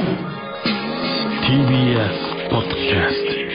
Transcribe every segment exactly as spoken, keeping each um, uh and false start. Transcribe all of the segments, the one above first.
ービーエス ポッドキャスト。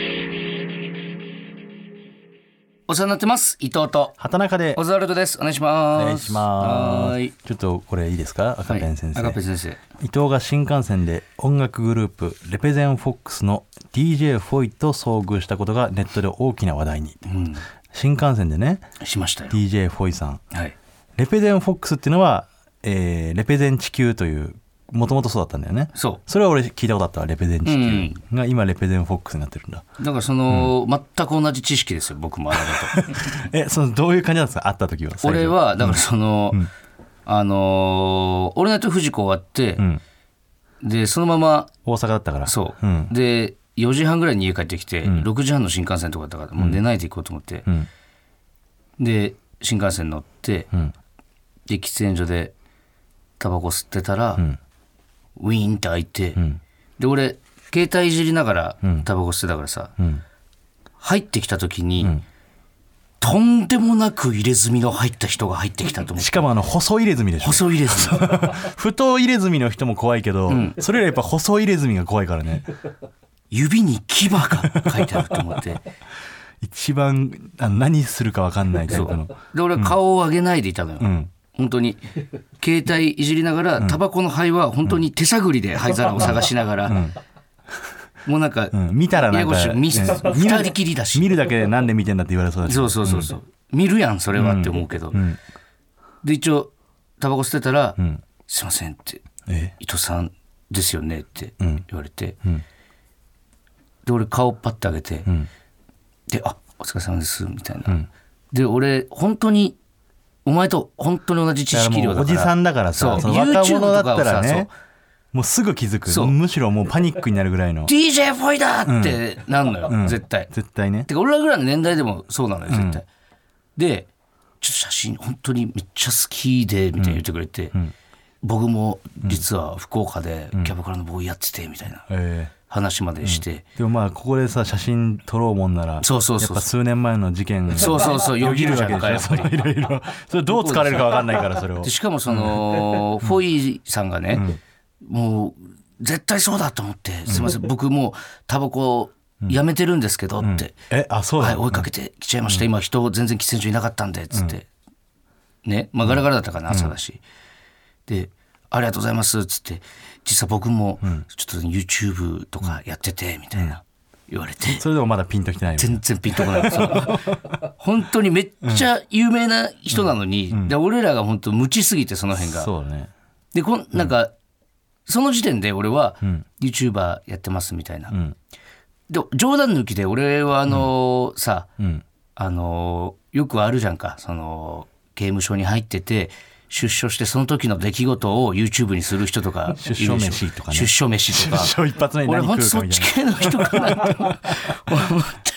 お世話になってます。伊藤と畑中でオズワルドです。お願いします。 お願いします。 はい、 ちょっとこれいいですか、赤ペン先生、 はい、赤ペン先生。 伊藤が新幹線で音楽グループレペゼンフォックスの ディージェー フォイと遭遇したことがネットで大きな話題に、うん、新幹線でねしましたよディージェー フォイさん、 はい、 レペゼンフォックスっていうのは、えー、レペゼン地球というもともとそうだったんだよね。 そう、 それは俺聞いたことあったわ。レペゼン地球が今レペゼンフォックスになってるんだ。 だからその、うん、全く同じ知識ですよ僕もあれだとえそのどういう感じなんですか、会った時は。 俺はだからその、うん、あのー、オールナイトフジコ終わって、うん、でそのまま大阪だったからそう、うん、でよじはんぐらいに家帰ってきて、うん、ろくじはんの新幹線とかだったからもう寝ないで行こうと思って、うん、で新幹線乗って、うん、で喫煙所でタバコ吸ってたら、うん、ウィーンって開いて、うん、で俺携帯いじりながらタバコ吸ってたからさ、うん、入ってきた時に、うん、とんでもなく入れ墨の入った人が入ってきたと思って。 しかもあの細入れ墨でしょ。 細入れ墨太入れ墨の人も怖いけど、うん、それよりやっぱ細入れ墨が怖いからね。 指に牙が書いてあると思って一番あの何するか分かんないタイプの。 で俺顔を上げないでいたのよ、うん、本当に携帯いじりながらタバコの灰は本当に手探りで灰皿を探しながら、うん、もうなんか、うん、 見たらなんか二人きりだし見るだけでなんで見てんだって言われそうだし。 そうそうそうそう、うん、見るやんそれはって思うけど、うん、で一応タバコ捨てたら、うん、すいませんって伊藤さんですよねって言われて、うん、で俺顔パッて上げて、うん、であお疲れ様ですみたいな、うん、で俺本当にお前と本当に同じ知識量だから、 おじさんだからさ、その若者だったらねもうすぐ気づく。むしろもうパニックになるぐらいのディージェー フォイだってなるのよ、うん、絶対絶対ね。 てか俺らぐらいの年代でもそうなのよ絶対、うん、でちょっと写真本当にめっちゃ好きでみたいに言ってくれて、うんうん、僕も実は福岡でキャバクラのボーイやっててみたいな、うんえー話までして、うん、 でもまあここでさ写真撮ろうもんならそうそうそうやっぱ数年前の事件そうそうそうよぎるじゃんかやっぱりいろいろそれどう使われるか分かんないからそれをでしかもその、うん、フォイさんがね、うん、もう絶対そうだと思って、うん、すいません僕もうタバコやめてるんですけどって、うん、 えあそうだ、 はい、追いかけてきちゃいました、うん、今人全然喫煙所いなかったんでつって、うん、ねまあガラガラだったかな、うん、朝だしでありがとうございますっつって実は僕もちょっと YouTube とかやっててみたいな言われて、 それでもまだピンときてない。 全然ピンとこない本当にめっちゃ有名な人なのに、うん、で俺らが本当無知すぎてその辺がそうだね。 でこんなんか、うん、その時点で俺は YouTuber やってますみたいな、うん、で冗談抜きで俺はあのーうん、さ、うん、あのー、よくあるじゃんかその刑務所に入ってて出所してその時の出来事を YouTube にする人とか出所飯とかね出所飯とか出所一発目に何食うかみたいな。 俺ほんとそっち系の人かなって思って、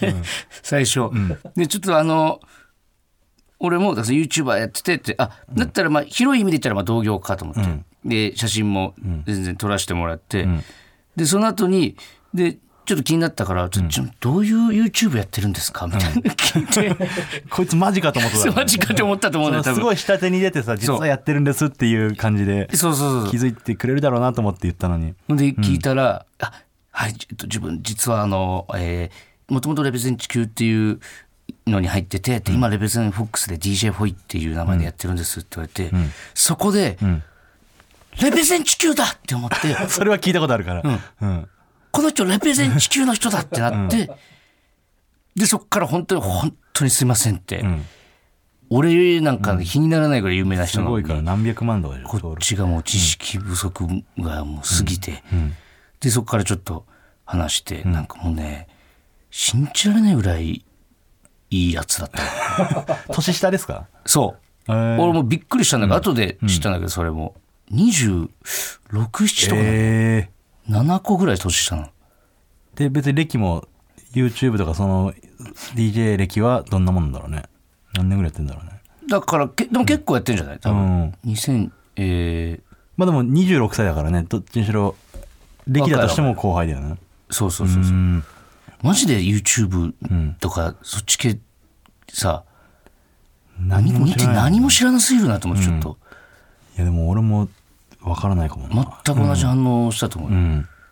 うん、最初、うん、でちょっとあの俺もだから YouTuber やっててってあだったらまあ広い意味で言ったらまあ同業かと思って、うん、で写真も全然撮らせてもらって、うん、でその後にでちょっと気になったからちょ、うん、どういう YouTube やってるんですかみたいな聞いて、うん、 こいつマジかと思ったマジかと思ったと思うんだよ多分すごい下手に出てさ実はやってるんですっていう感じでそうそうそう気づいてくれるだろうなと思って言ったのにで聞いたら、うん、あはい自分実はあの、えー、もともとレペゼン地球っていうのに入ってて、うん、今レペゼンフォックスで ディージェー フォイっていう名前でやってるんですって言われて、うん、そこで、うん、レペゼン地球だって思ってそれは聞いたことあるから、うんうんこの人レペゼン地球の人だってなって、うん、でそっから本当に本当にすいませんって、うん、俺なんか気にならないぐらい有名な人なのに、 すごいから何百万とかでこっちがもう知識不足がもう過ぎて、うんうん、でそっからちょっと話して、うん、なんかもうね信じられないぐらいいいやつだった年下ですか。 そう、えー、俺もびっくりしたんだけど、うん、後で知ったんだけどそれもにじゅうろく、ななとか、ねえーななこぐらい年下なので別に歴も YouTube とかその ディージェー 歴はどんなもんなんだろうね。何年ぐらいやってんだろうね。 だからけでも結構やってんじゃない多分、うん、にせんえー、 まあでもにじゅうろくさいだからねどっちにしろ歴だとしても後輩だよね。 そうそうそうそう、うマジで YouTube とかそっち系さ、うん、何も見て何も知らなすぎるなと思ってちょっと、うん、 いやでも俺も分からないかもな。 全く同じ反応したと思う、うん、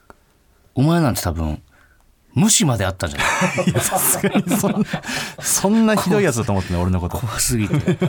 お前なんて多分無視まであったんじゃない？ いやさすがにそんなそんなひどいやつだと思ってね俺のこと怖すぎてで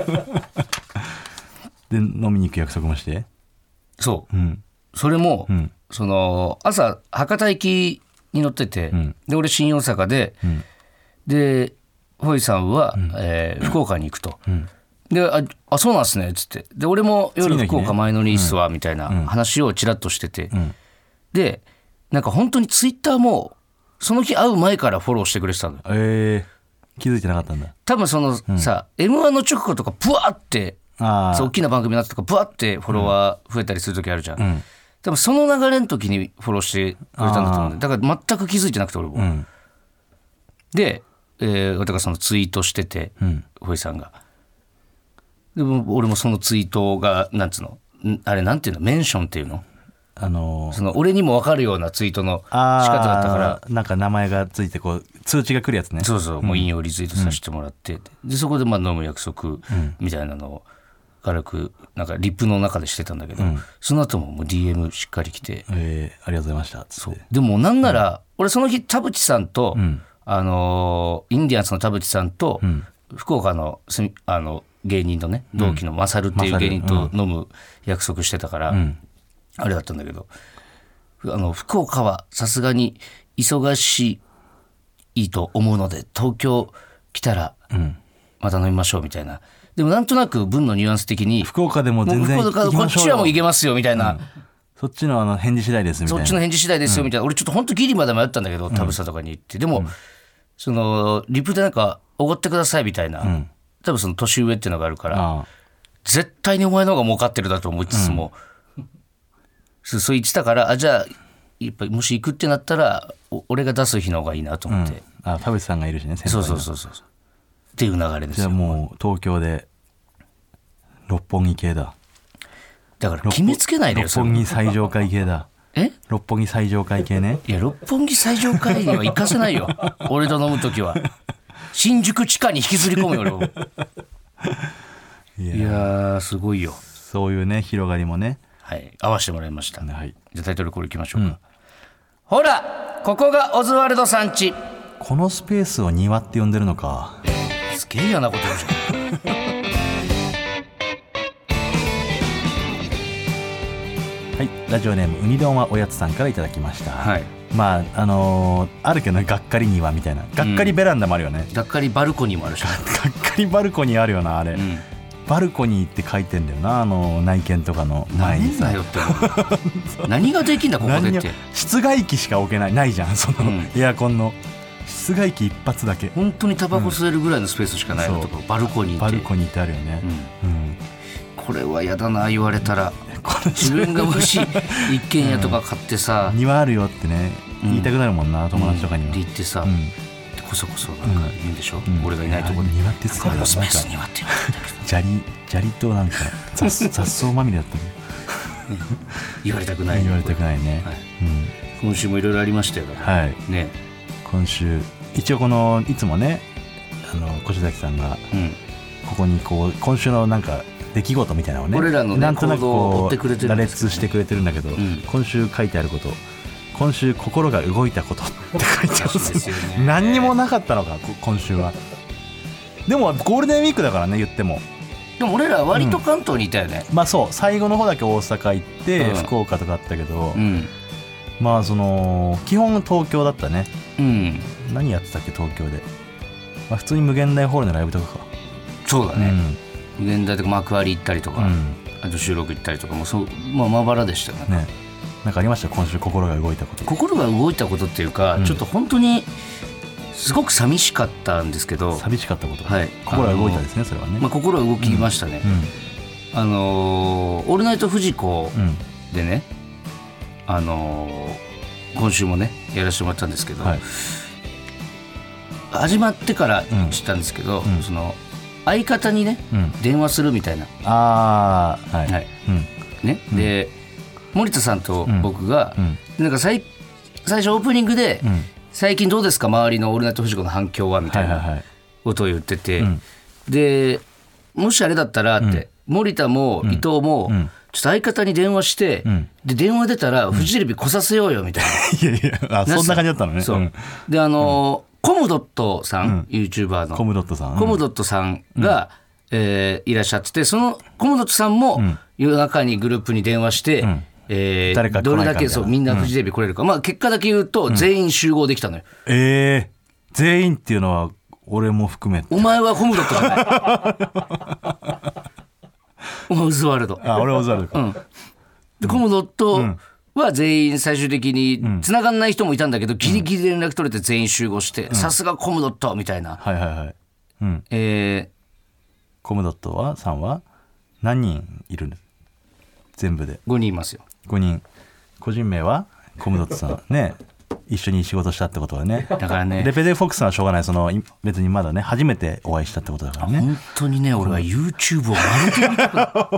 飲みに行く約束もして、 そう、 うん、 それも、 うん、 その朝博多行きに乗ってて、うん、で俺新大阪で、うん、でホイさんは、うんえー、福岡に行くと、うん、で あ, あそうなんすねっつってで俺も夜福岡前乗りいいっすわ、ね、みたいな話をちらっとしてて、うん、でなんか本当にツイッターもその日会う前からフォローしてくれてたのよ。 えー、気づいてなかったんだ。 多分その、うん、さ エムワン の直後とかブワーって大きな番組になったとかブワーってフォロワー増えたりする時あるじゃん、うん、多分その流れの時にフォローしてくれたんだと思うんだ。だから全く気づいてなくて俺も、うん、で、えー、だからそのツイートしてて、うん、ホイさんがでも俺もそのツイートがなんつうのあれなんていうのメンションっていうのあのー、その俺にも分かるようなツイートの仕方だったからなんか名前がついてこう通知が来るやつね。 そうそう、うん、もう引用リツイートさせてもらって、うん、でそこでまあ飲む約束みたいなのを軽くなんかリップの中でしてたんだけど、うん、その後ももう ディーエム しっかり来て、 えー、ありがとうございましたそうでもなんなら、うん、俺その日田淵さんと、うん、あのー、インディアンスの田淵さんと、うん、福岡のあの芸人のね同期のマサルっていう芸人と飲む約束してたから、うん、あれだったんだけどあの福岡はさすがに忙しいと思うので東京来たらまた飲みましょうみたいな、でもなんとなく文のニュアンス的に福岡でも全然行きましょうよ、 こっちはもう行けますよみたいな、うん、 そっちのあの返事次第ですみたいな、 そっちの返事次第ですよみたいな、うん、俺ちょっと本当ギリまで迷ったんだけど田淵さんとかに行って、でも、うん、そのリプでなんかおごってくださいみたいな、うん、多分その年上っていうのがあるから絶対にお前の方が儲かってるだと思いつつも、うん、そう言ってたから、あじゃあやっぱもし行くってなったら俺が出す日の方がいいなと思って、 うん、あ田淵さんがいるしね先輩のそうそうそうそうっていう流れですよ。 じゃあもう東京で六本木系だ。 だから決めつけないでよ。 六本木最上階系だ。 え六本木最上階系ね。 いや六本木最上階には行かせないよ俺と飲むときは新宿地下に引きずり込むよ俺もいや, いやすごいよ。 そういうね広がりもね、 はい、合わせてもらいました、はい、じゃあタイトルコールいきましょうか、うん、ほらここがオズワルドさんち。 このスペースを庭って呼んでるのか。 すげえ嫌なこと言うじゃんはい、ラジオネームウニ丼はおやつさんからいただきました、 はい、 まああのー、あるけどねがっかり庭みたいな、がっかりベランダもあるよね、 うん、がっかりバルコニーもあるしがっかりバルコニーあるよなあれ、うん、バルコニーって書いてんだよなあの内見とかの前にさ。 何だよって何ができんだここでって。 室外機しか置けないないじゃんその、うん、エアコンの室外機一発だけ。 本当にタバコ吸えるぐらいのスペースしかないのところ、うん、バルコニーってバルコニーってあるよね、うんうん、 これはやだな言われたら自分がもし一軒家とか買ってさ、 うん、庭あるよってね言いたくなるもんな、うん、友達とかには、 うん、って言ってさ、うん、こそこそなんか言うんでしょ、うん、俺がいないところで庭ってこれのスペース庭って言われたけど砂利砂利となんか 雑, 雑草まみれだったね言われたくない、 言われたくないね、はい、 うん、今週もいろいろありましたよ、 はいね、 今週一応このいつもねあの越崎さんがここにこう今週のなんか出来事みたいなのをね俺らの、ね、 なんとなくこう羅列してくれてるんだけど、うん、今週書いてあること、今週心が動いたことって書いてあるんですよね。何にもなかったのか今週は。でもゴールデンウィークだからね言っても。 でも俺らは割と関東にいたよね、 うん、まあそう最後の方だけ大阪行って、うん、福岡とかあったけど、うん、まあその基本東京だったね、うん、何やってたっけ東京で、まあ、普通に無限大ホールのライブとかか。 そうだね、うん、無限大とか幕張行ったりとか、うん、あと収録行ったりとかもそう、まあ、まばらでしたよ ね, ねなんかありました今週心が動いたこと。 心が動いたことっていうか、うん、ちょっと本当にすごく寂しかったんですけど。 寂しかったこと、はい、心が動いたですねそれはね、 まあ、心が動きましたね、うん、あのー、オールナイトフジコでね、うん、あのー、今週もねやらせてもらったんですけど、はい、始まってから知ったんですけど、うん、その相方にね、うん、電話するみたいな。 ああはい、はいうんねうん、で森田さんと僕が、うん、なんか 最, 最初オープニングで、うん、最近どうですか周りのオールナイトフジコの反響はみたいなことを言ってて、はいはいはい、でもしあれだったらって、うん、森田も伊藤も、うん、 ちょっと相方に電話して、うん、で電話出たらフジテレビ来させようよみたいな、 うん、いやいやあそんな感じだったのね。 そう、うん、であのーうん、コムドットさん、うん、YouTuber のコムドットさん、 コムドットさんが、うんえー、いらっしゃってて、そのコムドットさんも夜中にグループに電話して、うんえー、誰か来ないかみたいな、どれだけそうみんなフジテレビ来れるか、うんまあ、結果だけ言うと全員集合できたのよ、 うん、えー、全員っていうのは俺も含めて。 お前はコムドットじゃないお前オズワルド。 あ俺オズワルドか、うん、 でコムドットは全員最終的に繋がんない人もいたんだけど、うん、ギリギリ連絡取れて全員集合してさすがコムドットみたいな、 はいはいはい、うんえー、 コムドットはさんは何人いるんです全部で？ ごにんいますよ。 ごにん。個人名はコムドットさんね一緒に仕事したってことはね。 だからねレペゼンフォックスはしょうがない、その別にまだね初めてお会いしたってことだからね。 本当にね俺は YouTube をまるで見たく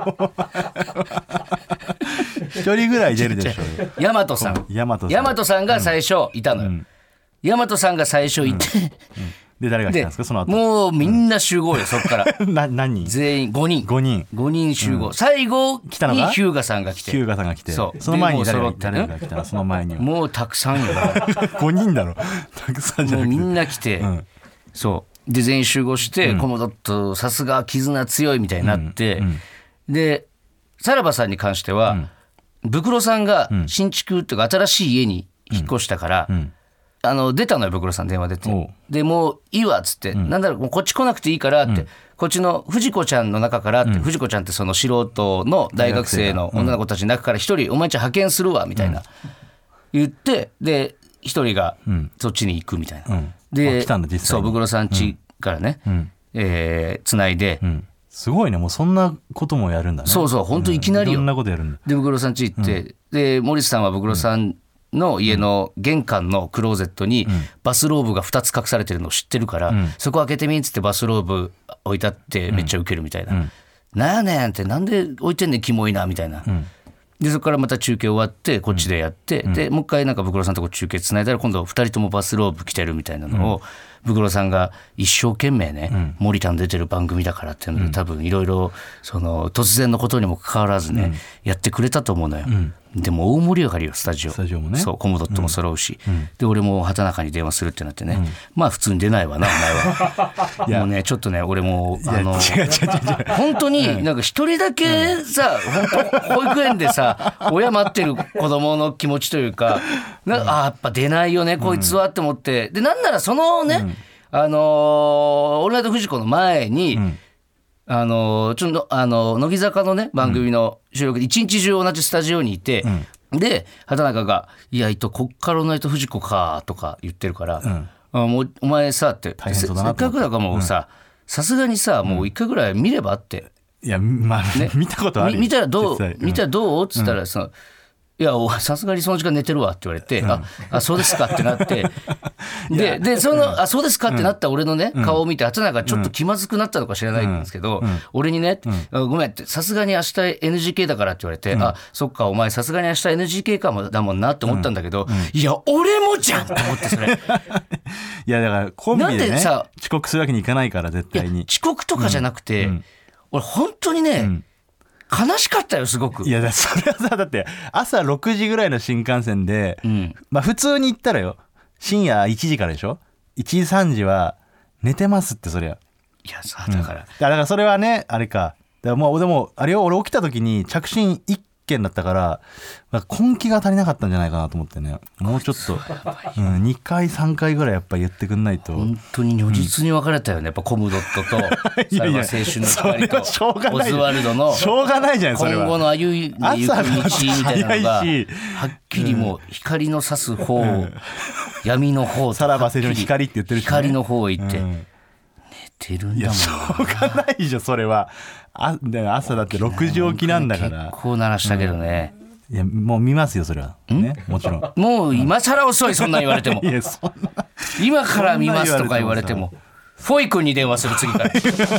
ない一人ぐらい出るでしょう。 ヤマトさんヤマトさんヤマトさんが最初いたのよ、うん、ヤマトさんが最初いて、うんうんで誰が来たんですかその後？ もうみんな集合よ、うん、そっからな何人？ 全員ごにんごにんごにん集合、うん、最後にヒューガさんが来てヒューガさんが来て そ, その前に誰が誰が来たの？その前にはもうたくさんよごにんだろたくさんじゃなくてもうみんな来て、うん、そうで全員集合して、うん、コムドットさすが絆強いみたいになって、うんうん、でさらばさんに関しては、うん、ブクロさんが新築っていうか新しい家に引っ越したから、うんうんあの出たのよブクロさん電話出てでもういいわっつって、うん、なんだろうもうこっち来なくていいからって、うん、こっちの藤子ちゃんの中からって、うん、藤子ちゃんってその素人の大学生の女の子たちの中から一人お前ちゃん派遣するわみたいな、うん、言ってで一人がそっちに行くみたいな、うん、で来たんだ実際にそうブクロさん家からね、うんえー、つないで、 うんすごいねもうそんなこともやるんだね。 そうそう本当いきなりよ、 うん、いろんなことやるんだ。 でブクロさん家行って、うん、で森田さんはブクロさんの家の玄関のクローゼットにバスローブがふたつ隠されてるのを知ってるから、うん、そこ開けてみっつってバスローブ置いてあってめっちゃウケるみたいな、うん、なんやねんってなんで置いてんねんキモいなみたいな、うん、でそこからまた中継終わってこっちでやって、うん、でもう一回なんかブクロさんとこ中継つないだら今度ふたりともバスローブ着てるみたいなのを、うんブクロさんが一生懸命ね、うん、森田の出てる番組だからっていうので多分いろいろその突然のことにもかかわらずね、うん、やってくれたと思うのよ、うん、でも大盛り上がりよスタジオスタジオもねそうコムドットも揃うし、うん、で俺も畑中に電話するってなってね、うん、まあ普通に出ないわなお前はもうねちょっとね俺もあの本当になんか一人だけさ、うん、本当保育園でさ親待ってる子供の気持ちというかなあやっぱ出ないよねこいつはって思ってでなんならそのね、うんあのー、オールナイトフジコの前に、うん、あのー、ちょっとあの乃木坂のね番組の収録で一日中同じスタジオにいて、うん、で畑中が「いやいとこっからオールナイトフジコか」とか言ってるから「うん、あもうお前さ」って「せっかくだからもうささすがにさもう一回ぐらい見れば」って。 いやまあ、ね、見たことあるよ見たらどう、うん、見たらどうっつったらその、いやさすがにその時間寝てるわって言われて、うん、あ, あそうですかってなってででその、うん、あそうですかってなった俺のね、うん、顔を見て畑中がちょっと気まずくなったのか知らないんですけど、うん、俺にね、うん、ごめんってさすがに明日 エヌジーケー だからって言われて、うん、あそっかお前さすがに明日 エヌジーケー かもだもんなって思ったんだけど、うんうん、いや俺もじゃんって思ってそれいやだからコンビでね遅刻するわけにいかないから絶対に遅刻とかじゃなくて、うん、俺本当にね、うん悲しかったよすごく。 いやだそれはさだって朝ろくじぐらいの新幹線で、うん、まあ普通に行ったらよ深夜いちじからでしょいちじさんじは寝てますってそりゃ。 いやさだから、うん、 だからそれはねあれかだからもうでもあれよ俺起きた時に着信いっけんだったから根気が足りなかったんじゃないかなと思ってねもうちょっと、うん、にかいさんかいぐらいやっぱ言ってくんないと本当に如実に分かれたよね、うん、やっぱコムドットとさらば青春の光とオズワルドのしょうがないじゃんそれは今後の歩いていく道みたいなのがはっきりもう光の差す方、うん、闇の方さらば青春の光って言ってるし、ね、 光の方へ行って、うん、寝てるんだもん。いやしょうがないじゃんそれはあ朝だってろくじ起きなんだから結構鳴らしたけどね、 うん、いやもう見ますよそれは、ね、もちろんもう今更遅いそんな言われてもいやそんな今から見ますとか言われてもフォイ君に電話する次から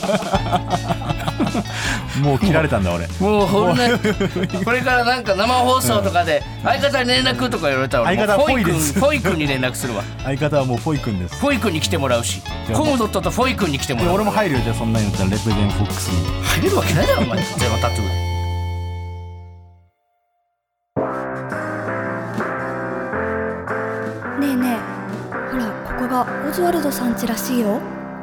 もう切られたんだ俺もうほんねこれからなんか生放送とかで相方に連絡とか言われたら相方はフォイ君フォイ君に連絡するわ相方はもうフォイ君ですフォイ君に来てもらうしコムドットとフォイ君に来てもらう俺も入るよじゃあそんなに言ったらレプゼンフォックスに入れるわけないだろお前ゼロタトゥーでねえねえ、ほらここがオズワルドさん家らしいよ。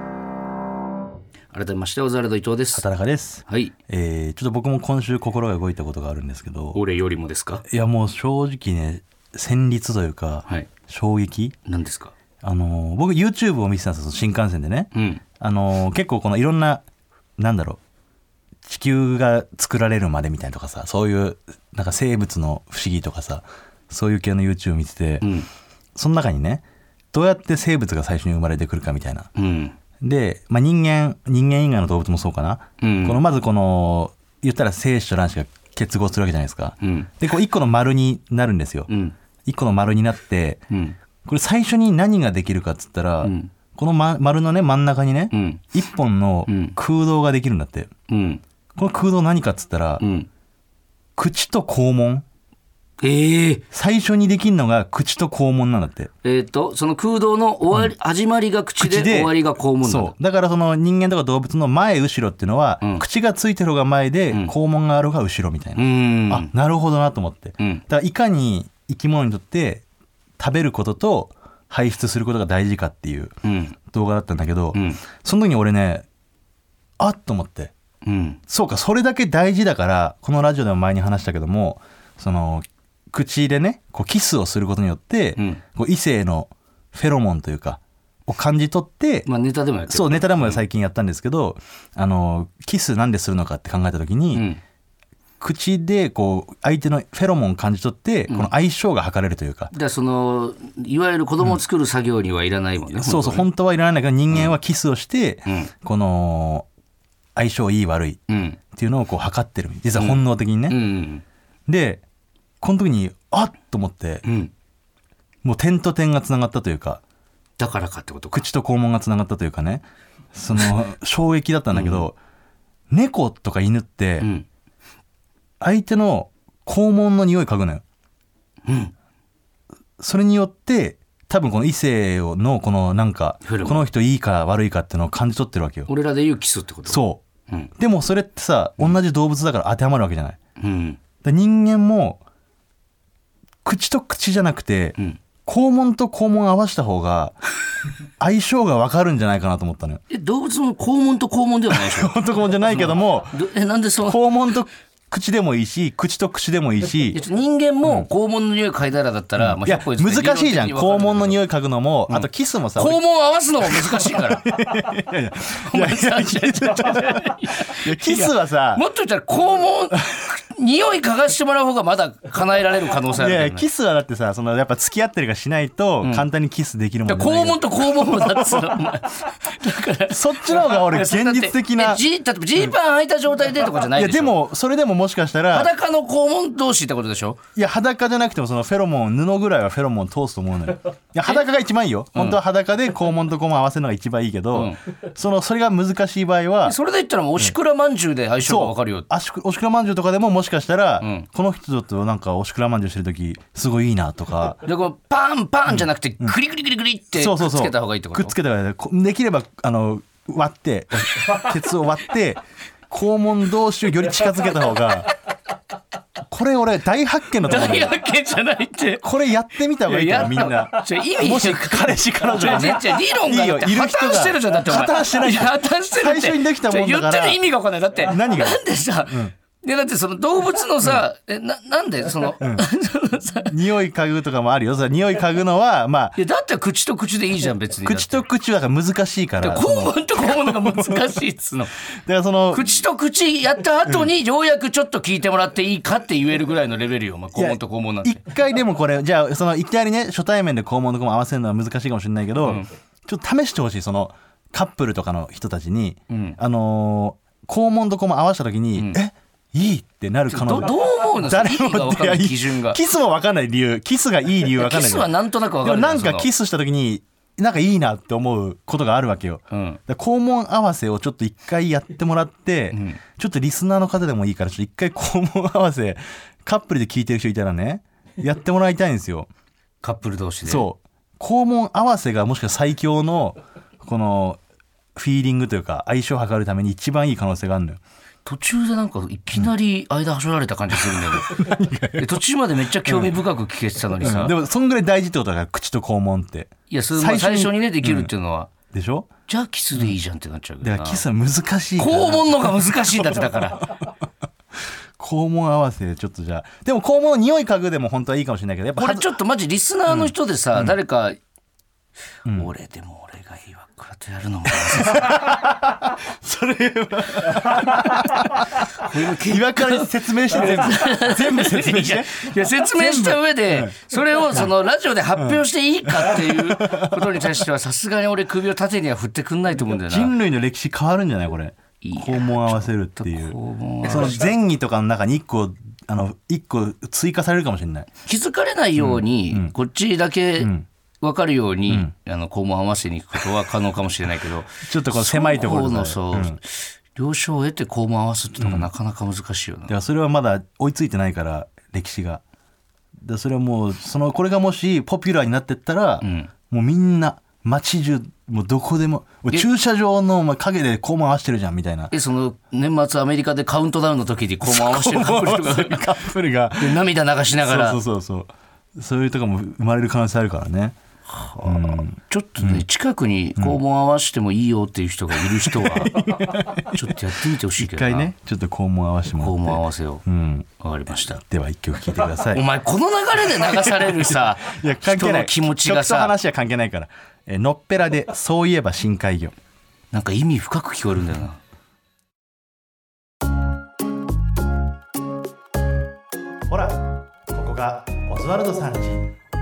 改めましてオズワルド伊藤です。 畑中です。 はい、 えー、ちょっと僕も今週心が動いたことがあるんですけど。 俺よりもですか？ いやもう正直ね、戦慄というか、はい、衝撃。 何ですか？ あの僕 YouTube を見てたんですよ、新幹線でね、うん、あの結構このいろんななんだろう、地球が作られるまでみたいなとかさ、そういうなんか生物の不思議とかさ、そういう系の YouTube を見てて、うん、その中にね、どうやって生物が最初に生まれてくるかみたいな、うん、で、まあ、人間人間以外の動物もそうかな、うん、このまずこの言ったら精子と卵子が結合するわけじゃないですか、うん、でこう一個の丸になるんですよ、うん、一個の丸になって、うん、これ最初に何ができるかっつったら、うん、この、ま、丸のね真ん中にね、うん、一本の空洞ができるんだって、うん、この空洞何かっつったら、うん、口と肛門。えー、最初にできるのが口と肛門なんだって。 えーとその空洞の終わり、うん、始まりが口で、終わりが肛門なんだ。 そうだからその人間とか動物の前後ろっていうのは、うん、口がついてる方が前で、うん、肛門がある方が後ろみたいな、うん、あ、なるほどなと思って、うん、だからいかに生き物にとって食べることと排出することが大事かっていう動画だったんだけど、うん、その時に俺ね、あっと思って、うん、そうか、それだけ大事だから、このラジオでも前に話したけども、その口でねこうキスをすることによって、うん、こう異性のフェロモンというかを感じ取って、 まあ、ネタでもやってる。 そう、ネタでも最近やったんですけど、うん、あのキスなんでするのかって考えた時に、うん、口でこう相手のフェロモンを感じ取って、うん、この相性が測れるというか、 だからそのいわゆる子供を作る作業にはいらないもんね、うん、 そうそう、本当はいらないんだけど人間はキスをして、うん、この相性いい悪いっていうのをこう測ってる、実は本能的にね、うんうん、でこの時にあっと思って、うん、もう点と点がつながったというか、 だからかってことか、 口と肛門がつながったというかね、その衝撃だったんだけど、うん、猫とか犬って相手の肛門の匂い嗅ぐのよ、うん、それによって多分この異性のこのなんかこの人いいか悪いかっていうのを感じ取ってるわけよ。 俺らで言うキスってこと。 そう、うん、でもそれってさ、同じ動物だから当てはまるわけじゃない、うん、だ人間も口と口じゃなくて、うん、肛門と肛門合わせた方が相性が分かるんじゃないかなと思ったのよ。 え、動物の肛門と肛門ではないでしょ。 肛門と肛門じゃないけども、 え、なんでその肛門と口でもいいし、口と口でもいいし、 いや人間も肛門の匂い嗅いだらだったら、うん、まあ、 いや難しいじゃん。肛門の匂い嗅ぐのも、うん、あとキスもさ、 肛門合わすのも難しいからキスはさ、 もっと言ったら肛門匂い嗅がしてもらう方がまだ叶えられる可能性あるけど、ね、 いやキスはだってさ、そのやっぱ付き合ってるかしないと簡単にキスできるもんじゃない、 うん、肛門と肛門もだってさだからそっちの方が俺現実的な、 例えばジーパン履いた状態でとかじゃないでしょ。 いやでもそれでももしかしたら裸の肛門同士ってことでしょ。 いや裸じゃなくてもそのフェロモン、布ぐらいはフェロモン通すと思うのよ。いや裸が一番いいよ、本当は裸で肛門と肛門合わせるのが一番いいけど、うん、そのそれが難しい場合は、 それで言ったらもうおしくらまんじゅうで相性が分かるよ、うん、 おしくらまんじゅうとかでももしかしたら、うん、この人となんかおしくらまんじゅうしてる時すごいいいなとか、 でこうパンパンじゃなくてグリグリグリグリってくっつけた方がいいってこと。 くっつけた方がいい。できればあの割って鉄を割って肛門同士をより近づけた方がこれ俺大発見だと思う。 大発見じゃないって。 これやってみた方がいいからみんな。もし彼氏彼女がね、 理論がいる人が破綻してるじゃん。だってお前破綻してない。 破綻してるって。 最初にできたもんだから。 言ってる意味が分かんない。だって何がなんでさ、うんでだってその動物のさ、うん、え な, なんでその、うん、 匂い嗅ぐとかもあるよ。それ匂い嗅ぐのはまあ、 いやだって口と口でいいじゃん別に。 口と口は難しいから。 肛門と肛門が難しいっつうの。だからその口と口やった後にようやくちょっと聞いてもらっていいかって言えるぐらいのレベルよ、まあ、肛門と肛門なんて。 一回でもこれじゃあそのいきなりね初対面で肛門と肛門合わせるのは難しいかもしれないけど、うん、ちょっと試してほしい。そのカップルとかの人たちに、うん、あのー、肛門と肛門合わせた時に、うん、えいいってなる可能性。 ど, どう思うの。誰も分かんない基準が。 キスも分かんない理由、キスがいい理由分かんない。 キスはなんとなく分かる。 でもなんかキスした時になんかいいなって思うことがあるわけよ、うん、だ肛門合わせをちょっと一回やってもらって、うん、ちょっとリスナーの方でもいいからちょっと一回肛門合わせカップルで聞いてる人いたらねやってもらいたいんですよ。 カップル同士で。 そう肛門合わせがもしかしたら最強のこのフィーリングというか相性を測るために一番いい可能性があるのよ。 途中でなんかいきなり間はしょられた感じするんだよね、うん、で途中までめっちゃ興味深く聞けてたのにさ、 うん、でもそんぐらい大事ってことだから口と肛門って。 いやそれ最初に、最初にねできるっていうのは、 うん、でしょ。 じゃあキスでいいじゃんってなっちゃうけどな。 だからキスは難しいから肛門のが難しいんだってだから肛門合わせちょっとじゃあでも肛門の匂い嗅ぐでも本当はいいかもしれないけどやっぱこれちょっとマジリスナーの人でさ、うん、誰か、 うん、 俺でも俺がいいわこうやってやるのもそれは今から説明して全部説明していや説明した上でそれをそのラジオで発表していいかっていうことに対してはさすがに俺首を縦には振ってくんないと思うんだよな。 人類の歴史変わるんじゃないこれ。肛門合わせるっていうその前儀とかの中にいっこあのいっこ追加されるかもしれない。 気づかれないように、うん、こっちだけ分かるように、うん、あの肛門合わせに行くことは可能かもしれないけどちょっとこの狭いところのそう、うん、了承を得て肛門合わすってのがなかなか難しいよな、うん、 いやそれはまだ追いついてないから歴史がだそれはもうそのこれがもしポピュラーになってったら、うん、もうみんな街中もうどこでも駐車場の影で肛門合わせてるじゃんみたいな。 えその年末アメリカでカウントダウンの時に肛門合わせてるカップルがカップルが涙流しながらそうそうそうそうそういうとこも生まれる可能性あるからね。 はあうん、ちょっとね、うん、近くに肛門合わせてもいいよっていう人がいる人は、うん、ちょっとやってみてほしいけどな。 一回ねちょっと肛門合わせてもらって肛門合わせよう、うん、分かりました。 では一曲聴いてください。 お前この流れで流されるさいや関係ない人の気持ちがさ曲と話は関係ないからえのっぺらでそういえば深海魚なんか意味深く聞こえるんだよな。 ほらここがオズワルドさん家。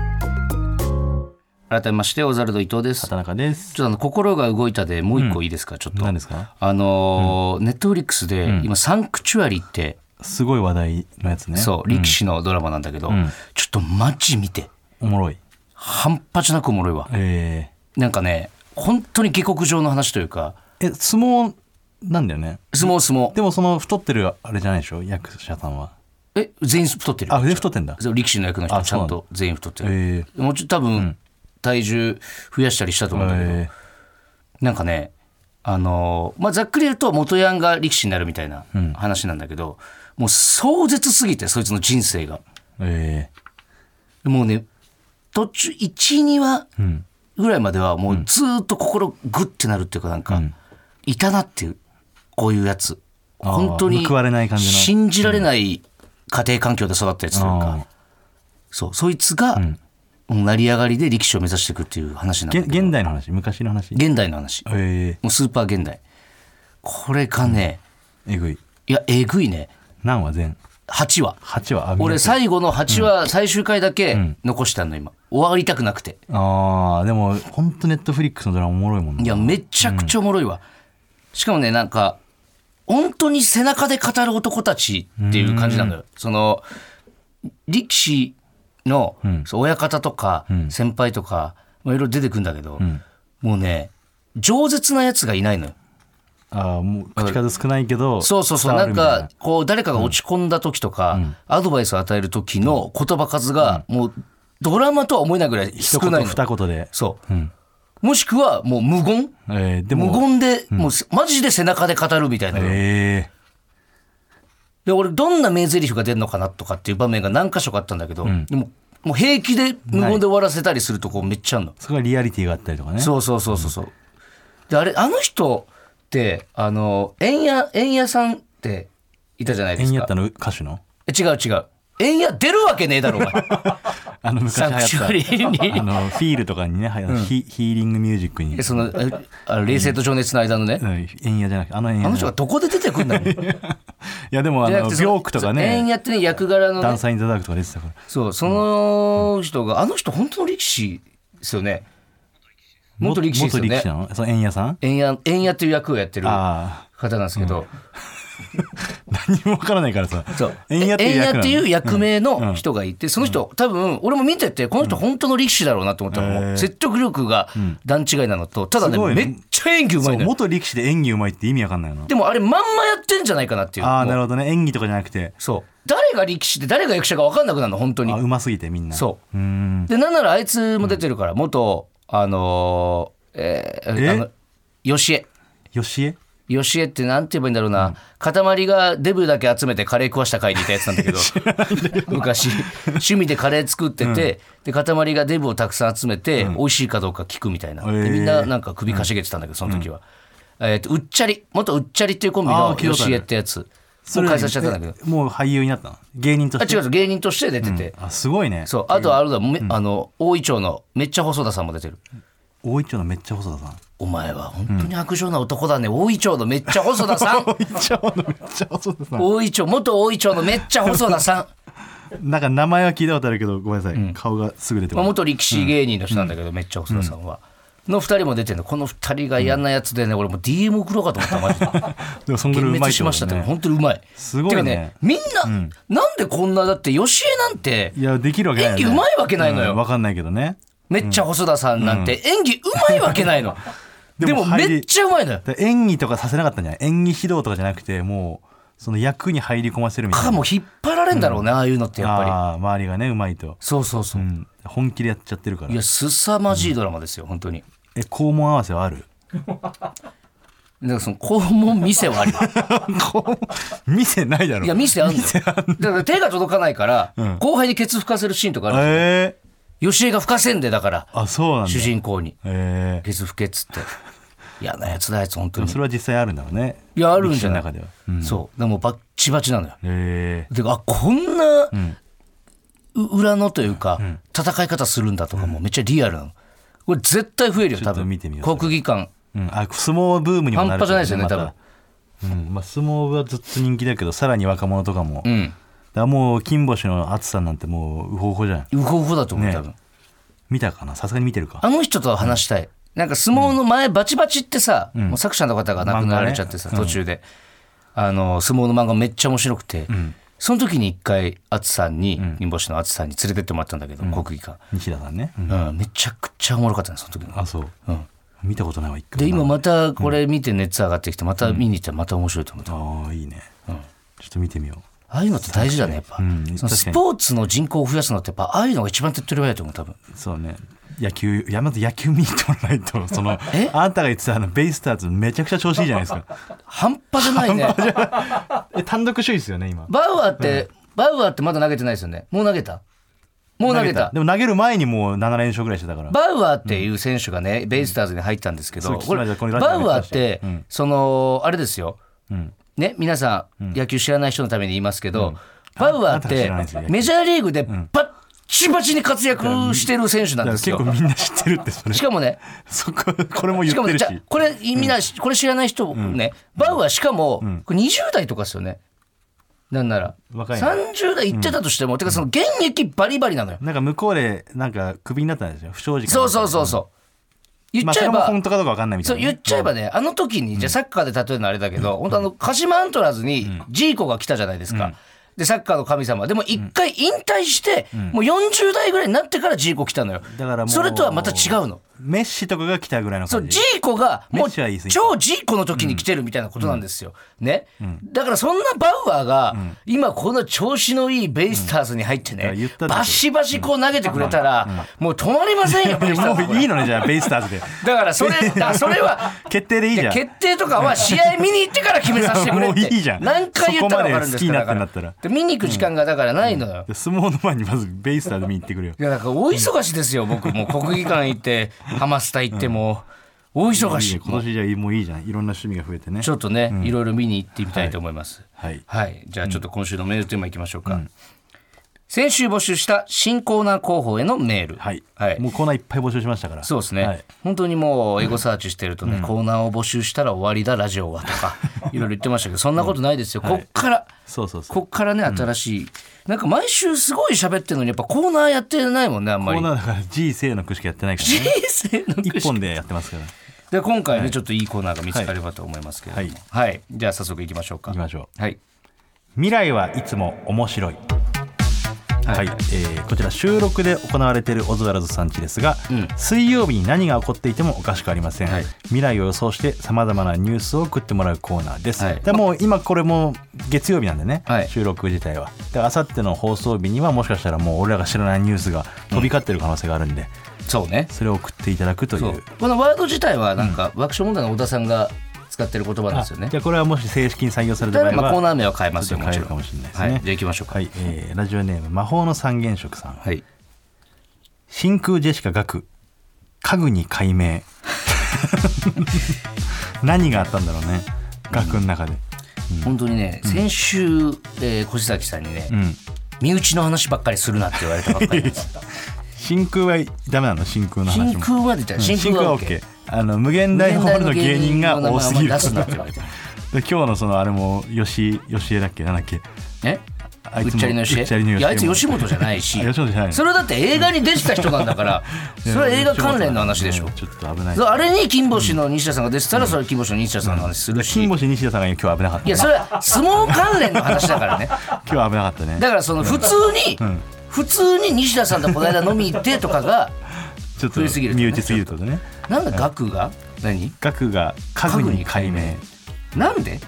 改めましてオズワルド伊藤です。 畑中です。 ちょっとあの心が動いたでもう一個いいですか、うん、ちょっと何ですか。 あのネットフリックスで今、うん、サンクチュアリってすごい話題のやつね。 そう力士のドラマなんだけど、うん、ちょっとマジ見ておもろい半端じゃなくおもろいわ、 えー、なんかね本当に下克上の話というかえ相撲なんだよね。 相撲相撲でもその太ってるあれじゃないでしょ役者さんは。 え全員太ってる。 あ全員太ってんだ。 力士の役の人ちゃんと全員太ってる、えー、もうちょっと多分、うん体重増やしたりしたと思うんだけど、えー、なんかねあのーまあ、ざっくり言うと元ヤンが力士になるみたいな話なんだけど、うん、もう壮絶すぎてそいつの人生が、えー、もうね途中いち、にわぐらいまではもうずっと心グッてなるっていうかなんか、うん、いたなっていうこういうやつ本当に信じられない家庭環境で育ったやつというかそうそいつが、うん成り上がりで力士を目指していくっていう話なんだけど現代の話昔の話現代の話、 えー、 もうスーパー現代これがね、 うん、えぐいいやえぐいね。 何話全はちわはちわ俺最後のはちわ、うん、最終回だけ残したの今終わりたくなくて。 あーでもほんとネットフリックスのドラマおもろいもんね。 いやめちゃくちゃおもろいわ、うん、しかもねなんか本当に背中で語る男たちっていう感じなのよ。その力士の、うん、親方とか先輩とかいろいろ出てくるんだけど、うん、もうね饒舌なやつがいないのよ。 ああもう口数少ないけどそうそうそうなんかこう誰かが落ち込んだ時とか、うん、アドバイスを与える時の言葉数がもうドラマとは思えないぐらい少ないの。 一言二言でそう、うん、もしくはもう無言、えー、でも無言で、うん、もうマジで背中で語るみたいな、えーで俺どんな名台詞が出るのかなとかっていう場面が何箇所かあったんだけど、うん、でももう平気で無言で終わらせたりするとこめっちゃあるの。 それがリアリティがあったりとかね。 そうそうそうそう、うん、であれあの人ってあの円谷円谷さんっていたじゃないですか。 円谷っての歌手のえ違う違う円谷出るわけねえだろお前あの昔流行ったあのフィールとかにね、うん、ヒ, ヒーリングミュージックにそのあの冷静と情熱の間のね、 うん、円谷じゃなくてあの円谷あの人がどこで出てくるんだろいやでもあのビョークとかね円谷ってね役柄の、ね、 ダンサーインザダークとか出てたからそうその人が、うん、あの人本当の力士ですよね。元力士ですよね。 元力士なのその円谷さん円谷円谷っていう役をやってる方なんですけど、うん何もわからないからさそう円谷っていう役名の人がいて、うん、その人、うん、多分俺も見ててこの人本当の力士だろうなと思ったのも、うん、説得力が段違いなのとただ ね, ねめっちゃ演技うまいのよ。 元力士で演技うまいって意味わかんないの。 でもあれまんまやってんじゃないかなっていう。 ああなるほどね演技とかじゃなくてそう誰が力士で誰が役者か分かんなくなるの本当に。 あうますぎてみんなそううんでなんならあいつも出てるから、うん、元あのー、えー、えあの吉江吉江ヨシエってなんて言えばいいんだろうな、うん、塊がデブだけ集めてカレー食わした会にいたやつなんだけど昔趣味でカレー作ってて、うん、で塊がデブをたくさん集めて、うん、美味しいかどうか聞くみたいな、でみんななんか首かしげてたんだけどその時は、うんえー、とうっちゃり元うっちゃりっていうコンビのヨシエってやつもう解散しちゃったんだけど、 もう俳優になったの芸人として？ あ違う芸人として出てて、 うん、あすごいね。 そうあとあれだ、うん、あの大井町のめっちゃ細田さんも出てる。 大井町のめっちゃ細田さん、 お前は本当に悪情な男だね、うん、大井町のめっちゃ細田さん大井町のめっちゃ細田さん大井町元大井町のめっちゃ細田さんなんか名前は聞いたことあるけどごめんなさい、うん、顔がすぐ出てます、まあ、 元力士芸人の人なんだけど、うん、めっちゃ細田さんは、うん、のふたりも出てるの。このふたりが嫌なやつでね、うん、俺もう ディーエム 送ろうかと思ったマジででもそんぐらいうまいってことね。幻滅しましたって、 本当にうまい。 すごいね。 ねみんな、うん、なんでこんなだってヨシエなんていやできるわけないよね。 演技うまいわけないのよ、 うん、分かんないけどね。 めっちゃ細田さんなんて演技うまいわけないの、うん、でもめっちゃうまいのよ。 演技とかさせなかったんじゃない？演技指導とかじゃなくてもうその役に入り込ませるみたいな。 かも引っ張られんだろうね、うん、ああいうのってやっぱりあ周りがねうまいと。 そうそうそう、うん、 本気でやっちゃってるから。 いやすさまじいドラマですよ、うん、本当に。 え肛門合わせはある？ だからその肛門店はあるよ店ないだろ。 いや店あるんだよ。だから手が届かないから、うん、後輩にケツ拭かせるシーンとかあるんですよ、えーヨシエが吹かせんでだからあそうなんだ主人公に、えー、ケツ吹けっつって嫌なやつだやつ本当に。 それは実際あるんだろうね。 いやあるんじゃない。 力士の中では、 うん、そうでもバッチバチなのよ、 えー、 であこんな、うん、裏のというか、うん、戦い方するんだとかもめっちゃリアルなの。これ絶対増えるよ多分。見てみよう国技館、 うん、あ相撲ブームにもなる、ね、 半端じゃないですよね多分、 うんまあ、相撲はずっと人気だけどさらに若者とかも、うん、だからもう金星の熱さなんてもうウホウホじゃん。 ウホウホだと思う、ね、多分見たかな。さすがに見てるか。 あの人とは話したい、うん、なんか相撲の前、うん、バチバチってさ、うん、もう作者の方が亡くなられちゃってさ、ね、途中で、うん、あの相撲の漫画めっちゃ面白くて、うん、その時に一回淳さんに、うん、金星の淳さんに連れてってもらったんだけど、うん、国技館西田さんね、 うんうん、めちゃくちゃおもろかったねその時の。 あそう、うん、見たことないわ一回。 で今またこれ見て熱上がってきてまた見に行ったらまた面白いと思った、うん、 ああいいね、うん、ちょっと見てみよう。 ああいうのって大事だねやっぱ、うん、そのスポーツの人口を増やすのってやっぱああいうのが一番手っ取り早いと思う多分。 そうね野球いやまず野球見に行ってもらわないとそのあんたが言ってたあのベイスターズめちゃくちゃ調子いいじゃないですか半端じゃないねえ単独首位ですよね今。 バウアーって、うん、バウアーってまだ投げてないですよね。もう投げたもう投げた。 でも投げる前にもうなな連勝ぐらいしてたから。 バウアーっていう選手がね、うん、ベイスターズに入ったんですけど、うん、これバウアーって、うん、そのあれですよ、うんね、皆さん、うん、野球知らない人のために言いますけど、うん、バウアーってメジャーリーグでパッチバチに活躍してる選手なんですよ。 結構みんな知ってるってそれ。 しかもねそここれも言ってるし。しかもじゃこれみんな、うん、これ知らない人ね、うん、バウアーしかも、うん、これにじゅう代とかですよね。なんならさんじゅう代いってたとしても、うん、てかその現役バリバリなのよ。 なんか向こうでなんかクビになったんですよ不祥事。 そうそうそうそう言っちゃえば、 まあ、本当かどうか分かんないみたいな、ね、 そう言っちゃえばね、あの時にじゃあサッカーで例えるのあれだけど、うん、本当あの鹿島アントラーズにジーコが来たじゃないですか、うんでサッカーの神様でも一回引退して、うん、もうよんじゅう代ぐらいになってからジーコ来たのよ。だからもうそれとはまた違うの。 メッシとかが来たぐらいの感じ。 そうジーコがもう超ジーコの時に来てるみたいなことなんですよ、うん、ね、うん、だからそんなバウアーが、うん、今この調子のいいベイスターズに入ってね、うん、バシバシこう投げてくれたら、うん、もう止まりませんよベイスターズ。 もういいのねじゃあベイスターズで。 だからそれだそれは決定でいいじゃん。 決定とかは試合見に行ってから決めさせてくれってもういいじゃん。 何回言ったら分かるんですか。だからで見に行く時間がだからないのよ、 うん、相撲の前にまずベイスターズ見に行ってくれよ。 いやだから大忙しですよ僕もう国技館行ってハマスタ行ってもう大忙しい。 今年じゃもういいじゃん。いろんな趣味が増えてね。 ちょっとね、うん、いろいろ見に行ってみたいと思います。 はい、 はいはい、じゃあちょっと今週のメールテーマいきましょうか、うん、先週募集した新コーナー候補へのメール、 はいはい、もうコーナーいっぱい募集しましたから。 そうですね、はい、本当にもうエゴサーチしてるとね、うん、コーナーを募集したら終わりだラジオはとかいろいろ言ってましたけどそんなことないですよ、うん、こっから、はい、そうそうそうこっからね新しい、うん、なんか毎週すごい喋ってるのにやっぱコーナーやってないもんねあんまり。 コーナーだから G 生の句しかやってないからね。 G 生の句一本でやってますから。 で今回ね、はい、ちょっといいコーナーが見つかればと思いますけれども、はいはい、じゃあ早速いきましょうか。 いきましょう、はい、 未来はいつも面白い。はいはい、えー、こちら収録で行われているオズワルドさん家ですが、うん、水曜日に何が起こっていてもおかしくありません、はい、未来を予想してさまざまなニュースを送ってもらうコーナーです、はい、でもう今これも月曜日なんでね、はい、収録自体はであさっての放送日にはもしかしたらもう俺らが知らないニュースが飛び交ってる可能性があるんで、うん、そうね、それを送っていただくという。 このワード自体はなんか、うん、爆笑問題の小田さんが使ってる言葉なんですよね。 じゃあこれはもし正式に採用された場合は、 まあコーナー名は変えますよ。 変えるかもしれないですね。 はい、じゃあ行きましょうか。 はい、えー、ラジオネーム魔法の三原色さん。 はい。 真空ジェシカ学家具に解明何があったんだろうね、学の中で。 うん、本当にね、先週、えー、小崎さんにね、うん、身内の話ばっかりするなって言われたばっかりです真空はダメなの？真空の話も。 真空は出たら真空は OK。 あの無限大ホールの芸人が多すぎる。 出すなって言われて今日のそのあれも吉吉江だっけ、なんだっけ、 えうっちゃりの吉江。いやあいつ吉本じゃないし吉本じゃない、 それだって映画に出てた人なんだからそれは映画関連の話でしょ。 ちょっと危ない。 あれに金星の西田さんが出てたら、それは金星の西田さんの話するし、 金星西田さんが今日危なかった。 いやそれは相撲関連の話だからね今日は危なかったね。 だからその普通に、うん、普通に西田さんとこの間飲み行ってとかがちょっと身内すぎるとね。 なんだ額が何？ 額が家具に解明。 なんで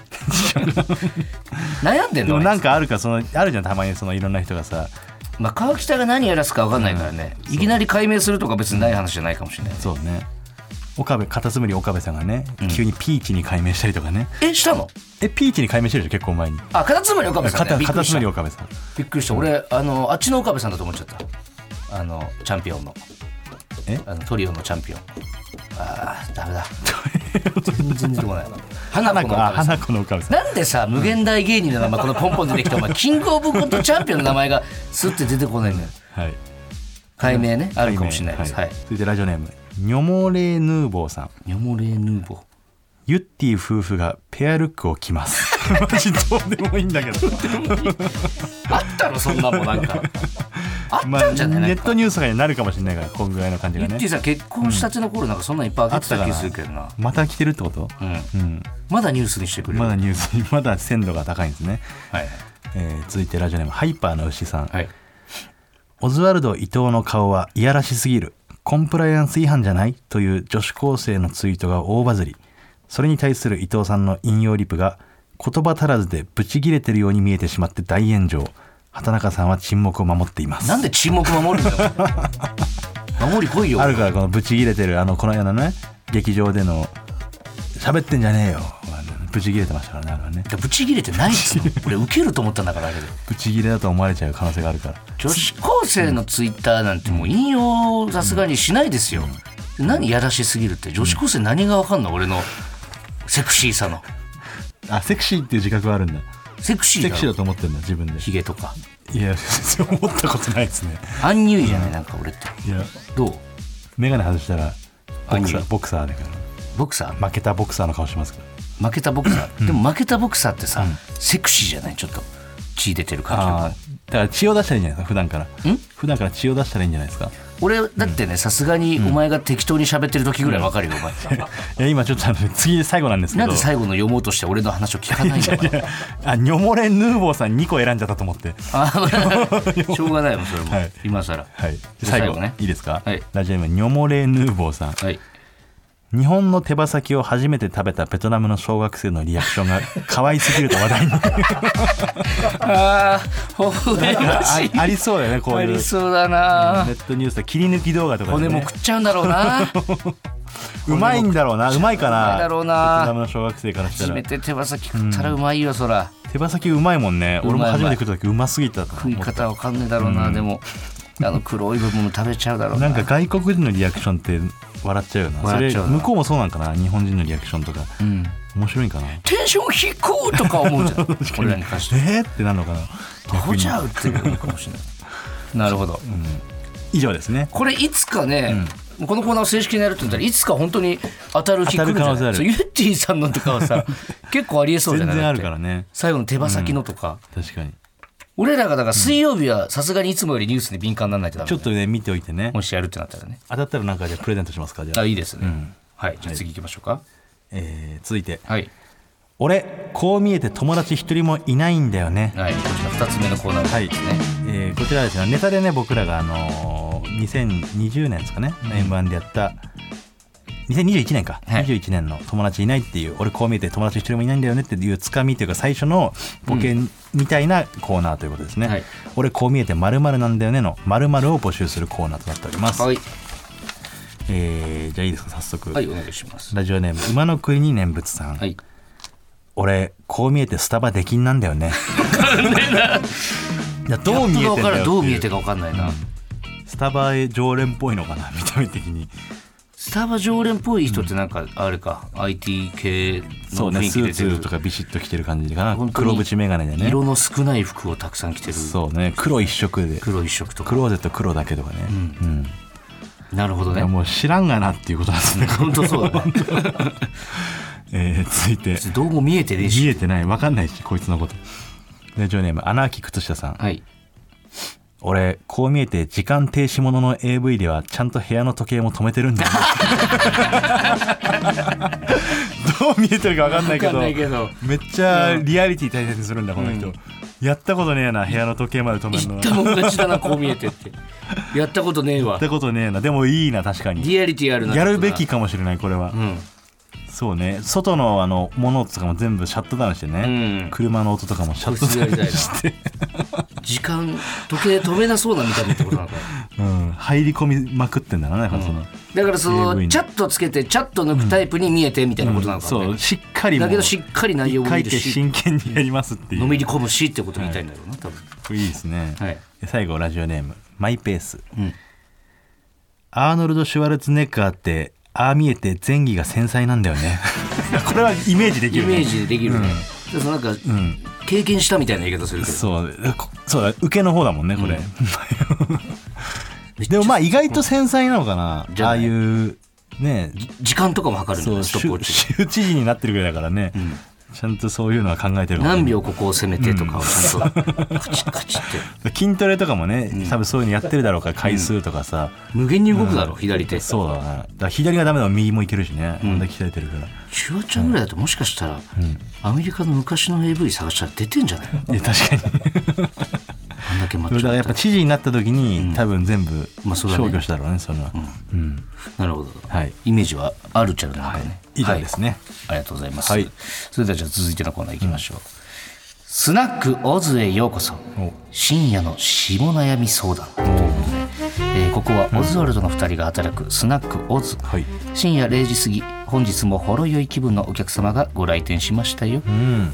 悩んでんの？ でもなんかあるか、そのあるじゃん、たまにそのいろんな人がさ、 まあ、川北が何やらすか分かんないからね、うん、いきなり解明するとか別にない話じゃないかもしれない、ね、 そうね。岡部カタツムリ岡部さんがね、うん、急にピーチに解明したりとかね。 えしたの？ えピーチに解明してるでしょ結構前に。 あカタツムリ岡部さん、ね、 カタツムリ岡部さんびっくりした、うん、俺あのあっちの岡部さんだと思っちゃった。あのチャンピオンのえあのトリオのチャンピオン。あーダメだ全然出てこない。花子の岡部さん。花子の岡部さん。なんでさ無限大芸人の名前このポンポン出てきてお前キングオブコントチャンピオンの名前がスッて出てこないんだよ。はい。解明ねあるかもしれないです。はい。 続いてラジオネームニョモレーヌーボーさん。 ニョモレーヌーボー。 ユッティ夫婦がペアルックを着ますマジどうでもいいんだけどあったのそんなもんなんかあったんじゃない、 まあ、ネットニュースとかになるかもしれないからこんぐらいの感じがね。 ユッティさん結婚したての頃なんかそんなにいっぱいあげてた気がするけどな。 また着てるってこと、うんうん、 まだニュースにしてくれる。 まだニュースにまだ鮮度が高いんですね、はいえー、続いてラジオネームハイパーの牛さん、はい、オズワルド伊藤の顔はいやらしすぎる、コンプライアンス違反じゃないという女子高生のツイートが大バズり。それに対する伊藤さんの引用リプが言葉足らずでブチ切れてるように見えてしまって大炎上。畑中さんは沈黙を守っています。 なんで沈黙守るんだよ守り来いよ。 あるからこのブチ切れてるあのこの間のね劇場での喋ってんじゃねえよブチ切れてましたからね。あれはねブチ切れてないっすよ俺ウケると思ったんだからあれでブチ切れだと思われちゃう可能性があるから。 女子高生のツイッターなんてもう引用さすがにしないですよ、うん、何やらしすぎるって。女子高生何が分かんの俺のセクシーさの。 あセクシーっていう自覚はあるんだ。 セクシーだセクシーだと思ってるんだ自分で。 ヒゲとか。 いや思ったことないですね。 アンニュイじゃないなんか俺って。いやどうメガネ外したらボクサーボクサーだから。 ボクサー負けたボクサーの顔しますから。 負けたボクサー、うん、でも負けたボクサーってさ、うん、セクシーじゃないちょっと血出てる感じが。 だから血を出したらいいんじゃないですか普段から。ん普段から血を出したらいいんじゃないですか。 俺だってねさすがにお前が適当に喋ってる時ぐらい分かるよ、うん、お前いや今ちょっとあの次で最後なんですけど。 なんで最後の読もうとして俺の話を聞かないんだから。いやいやあニョモレヌーボーさんにこ選んじゃったと思って。あしょうがないもんそれも、はい、今更、はい、 最後ねいいですか、はい、ラジオネームニョモレヌーボーさん、はい、日本の手羽先を初めて食べたベトナムの小学生のリアクションが可愛すぎると話題にあーあ, ありそうだよねこういう。 ありそうだな。 ネットニュースで切り抜き動画とかで、ね、 骨も食っちゃうんだろうなうまいんだろうな。うまいかな。 うまいだろうな。 ベトナムの小学生からしたら初めて手羽先食ったらうまいよ、うん、そら手羽先うまいもんね。俺も初めて食った時うますぎたと食い方わかんねえだろうな、うん、でもあの黒い部分も食べちゃうだろうな。 なんか外国人のリアクションって笑っちゃうよな。それ向こうもそうなんかな。日本人のリアクションとか、うん、面白いんかな。 テンション低いとか思うじゃん俺らに関してえーってなるのかな。 どうちゃうっていうのかもしれないなるほど、うん、 以上ですね。 これいつかね、うん、このコーナーを正式にやるって言ったらいつか本当に当たる日来るんじゃない。ユッティさんのとかはさ結構ありえそうじゃない。 全然あるからね。 最後の手羽先のとか、 うん、確かに俺らがだから水曜日はさすがにいつもよりニュースに敏感にならないとダメ、 ちょっとね見ておいてね。 もしやるってなったらね。 当たったらなんかじゃあプレゼントしますか。じゃあ、 あいいですね、うん、はいじゃあ次行きましょうか、 えー、続いて、 はい、 俺こう見えて友達一人もいないんだよね。 はい、こちらふたつめのコーナーですね、はいえー、こちらですねネタでね僕らがあのー、にせんにじゅうねんですかね、うん、エムワン でやったにせんにじゅういちねんか、はい、にじゅういちねんの友達いないっていう俺こう見えて友達一人もいないんだよねっていうつかみというか最初のボケみたいなコーナーということですね、うんはい、俺こう見えて〇〇なんだよねの〇〇を募集するコーナーとなっております、はいえー、じゃあいいですか早速。 はいお願いします。 ラジオネーム馬の国に念仏さん、 はい、 俺こう見えてスタバ出禁なんだよね。いやどう見えてんだよっていうどう見えてか分かんないな、うん、 スタバ常連っぽいのかな見た目的に。 スタバ常連っぽい人ってなんかあれか、うん、アイティー 系の雰囲気出てる。 そうね、スーツとかビシッと着てる感じかな。黒縁眼鏡でね、 色の少ない服をたくさん着てる。 そうね、黒一色で、 黒一色とかクローゼット黒だけとかね、うんうん、なるほどね。 もう知らんがなっていうことなんですね。 本当そうだね。 えー、続いてどうも見えてねえし、 見えてない、分かんないしこいつのこと。ラジオネーム穴あき靴下さん、 はい、 俺こう見えて時間停止ものの エーブイ ではちゃんと部屋の時計も止めてるんだよね。どう見えてるか分かんないけ ど, けどめっちゃリアリティ大切にするんだこの人、うん、やったことねえな部屋の時計まで止めるの。 言ったもん勝ちだなこう見えてってやったことねえわ。 やったことねえな。でもいいな、確かにリアリティあるな。 やるべきかもしれないこれは、 うん、 そうね、外のあの物とかも全部シャットダウンしてね、うん、車の音とかもシャットダウンして時間時計止めなそうな見た目ってことなのかな、 うん、入り込みまくってんだろうね、うん、そのだからそのチャットつけてチャット抜くタイプに見えてみたいなことなのかな、ね、 うんうん、そうしっかりもだけどしっかり内容も見るし真剣にやりますっていう、 のめり込むしってことみたいんだろうな、はい、多分いいですね、はい、最後ラジオネームマイペース、 うん、 アーノルド・シュワルツェネッガーってああ見えて前儀が繊細なんだよね。これはイメージできる、ね、 イメージできるね、うん、そのなんか、うん、経験したみたいな言い方するけど、 そうそうだ、受けの方だもんねこれ、うん、でもまあ意外と繊細なのかな、ああいうね、 時間とかも測るんだよ、 ストップウォッチ州知事になってるぐらいだからね、うん、ちゃんとそういうのは考えてる、ね、 何秒ここを攻めてとかをちゃんとカチッカチッって筋トレとかもね、うん、多分そういうのやってるだろうから、回数とかさ、 うん、無限に動くだろ、うん、左手。 そうだな、だから左がダメだと右もいけるしね、うん、あんだけ鍛えてるから。 シュワちゃんぐらいだともしかしたら、うん、アメリカの昔の エーブイ 探したら出てんじゃないの。 いや確かにあんだけ待っちゃった。 だからやっぱ知事になった時に、うん、多分全部消去したろうね、その、 うんうん、なるほど、はい、イメージはあるっちゃうのかね、はい、 以上ですね、はい、 ありがとうございます、はい、それではじゃあ続いてのコーナーいきましょう、うん、スナックオズへようこそ、深夜の下悩み相談ということで、えー、ここはオズワルドのふたりが働くスナックオズ、はい、深夜れいじ過ぎ、本日もほろ酔い気分のお客様がご来店しましたよ、うん、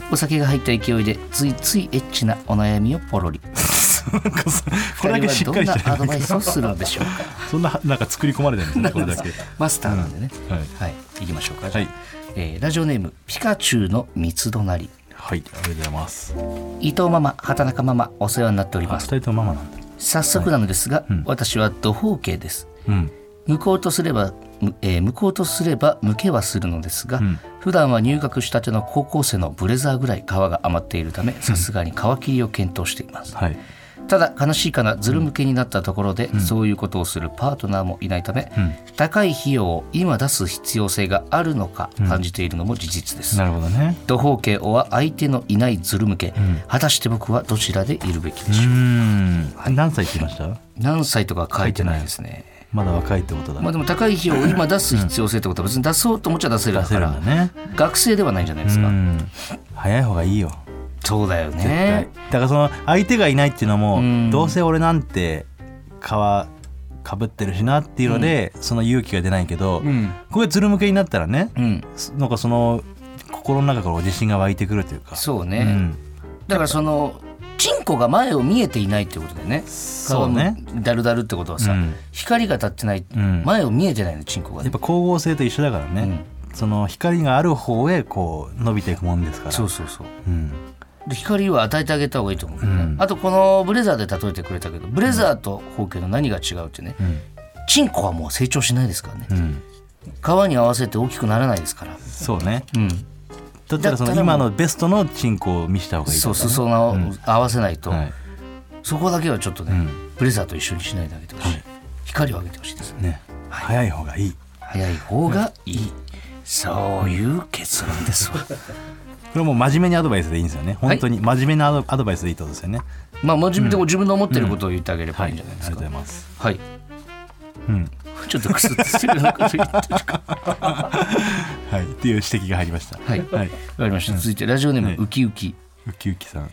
お酒が入った勢いでついついエッチなお悩みをポロリ。これだけしっかりしてる。どんなアドバイスをするんでしょうか。 そんななんか作り込まれてるんですね、これだけ。 マスターなんでね、うん、はい、はい、行きましょうか。はい、えー、ラジオネームピカチュウの三つ隣。 はい、ありがとうございます。 伊藤ママ、畑中ママ、お世話になっております。 ふたりともママなんだ。 早速なのですが、はい、うん、私は土方形です、うん、向こうとすれば、えー、向こうとすれば向けはするのですが、うん、普段は入学したての高校生のブレザーぐらい皮が余っているため、さすがに皮切りを検討しています、うん、はい、ただ悲しいかな、ずる向けになったところで、うん、そういうことをするパートナーもいないため、うん、高い費用を今出す必要性があるのか感じているのも事実です、 うん、なるほどね。 土方形は相手のいないずる向け、うん、果たして僕はどちらでいるべきでしょう。うーん、はい、何歳って言いました？ 何歳とか書いてないですね。 まだ若いってことだ。 まあ、でも高い費用を今出す必要性ってことは別に出そうと思っちゃ出せるから、出せるんだね、学生ではないんじゃないですか。うん、 早い方がいいよ。 そうだよね。 だからその相手がいないっていうのも、うん、どうせ俺なんて皮かぶってるしなっていうので、うん、その勇気が出ないけど、うん、これずる向けになったらね、うん、なんかその心の中から自信が湧いてくるというか。 そうね、うん、だからそのチンコが前を見えていないってことだよね。 そうね、 だるだるってことはさ、うん、光が当たってない、うん、前を見えてないのチンコが、ね、 やっぱ光合成と一緒だからね、うん、その光がある方へこう伸びていくもんですから。 そうそうそう、うん、で光は与えてあげた方がいいと思う、ね、うん、あとこのブレザーで例えてくれたけど、ブレザーと方形の何が違うってね、うん、チンコはもう成長しないですからね、うん、皮に合わせて大きくならないですから。 そうね、うん、だったらその今のベストのチンコを見せた方がいいから、ね、 そうそう、その、うん、合わせないと、はい、そこだけはちょっとね、うん、ブレザーと一緒にしないであげてほしい、はい、光をあげてほしいですね、ね、はい、 早い方がいい、 早い方がいい、うん、そういう結論ですわ。 これも真面目にアドバイスでいいんですよね。本当に真面目なア ド,、はい、アドバイスでいいってことですよね。まあ真面目でも自分の思ってることを言ってあげればいいんじゃないですか、うんうん、はい、ありがとうございます。はい、うん、ちょっとクスッとしてるようなこと言ってるかはい、っていう指摘が入りました。 はい、はい、わかりました。続いてラジオネーム、はい、ウキウキ。 ウキウキさん。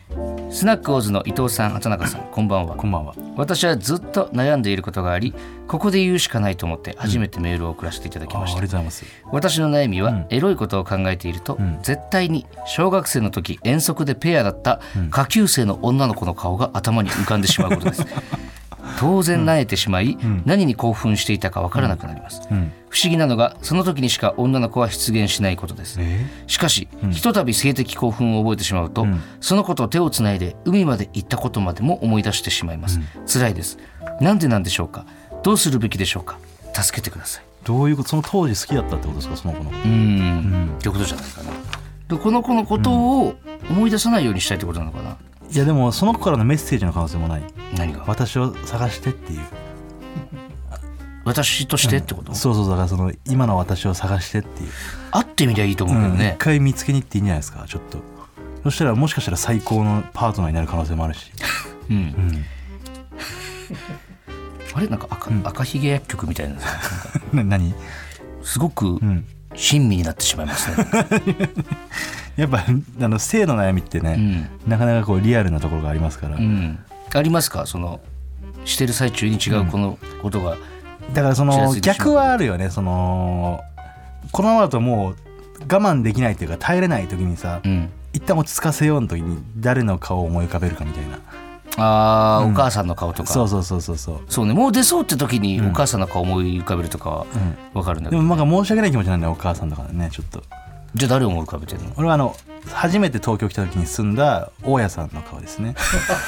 スナックオズの伊藤さん、畑中さん、こんばんは。 こんばんは。 私はずっと悩んでいることがあり、ここで言うしかないと思って初めてメールを送らせていただきました。 あ、ありがとうございます。 私の悩みは、 うん、 エロいことを考えていると、 うん、 絶対に小学生の時遠足でペアだった下級生の女の子の顔が頭に浮かんでしまうことです。当然萎えてしまい、うん、何に興奮していたか分からなくなります、うんうん、不思議なのがその時にしか女の子は出現しないことです、えー、しかし、うん、ひとたび性的興奮を覚えてしまうと、うん、その子と手をつないで海まで行ったことまでも思い出してしまいます、うん、辛いです。なんでなんでしょうか。どうするべきでしょうか。助けてください。 どういうこと。その当時好きだったってことですか、その子のこと。 うーん、うん、ってことじゃないかな。でこの子のことを思い出さないようにしたいってことなのかな、うん、 いやでもその子からのメッセージの可能性もない。 何が。 私を探してっていう。 私としてってこと、 うん、そうそう。だからその今の私を探してっていう。 会ってみりゃいいと思うけどね、うん、 一回見つけに行っていいんじゃないですか。ちょっとそしたらもしかしたら最高のパートナーになる可能性もあるしうん、うん、 あれなんか 赤,、うん、赤ひげ薬局みたいなな何すごく親身になってしまいますね、うん、 やっぱあの性の悩みってね、うん、なかなかこうリアルなところがありますから、うん、 ありますか。そのしてる最中に違うこのことが、 うん、だからその逆はあるよね。そのこのままだともう我慢できないというか耐えれない時にさ、うん、一旦落ち着かせようの時に誰の顔を思い浮かべるかみたいな。 あ、うん、お母さんの顔とか。 そうそうそうそうそう。 そうね。もう出そうって時にお母さんの顔を思い浮かべるとかは分かるんだけど、 うん、でもなんか申し訳ない気持ちなんだよお母さんだからね。ちょっとじゃあ誰を思い浮かべてるの。 俺はあの初めて東京来た時に住んだ大家さんの顔ですね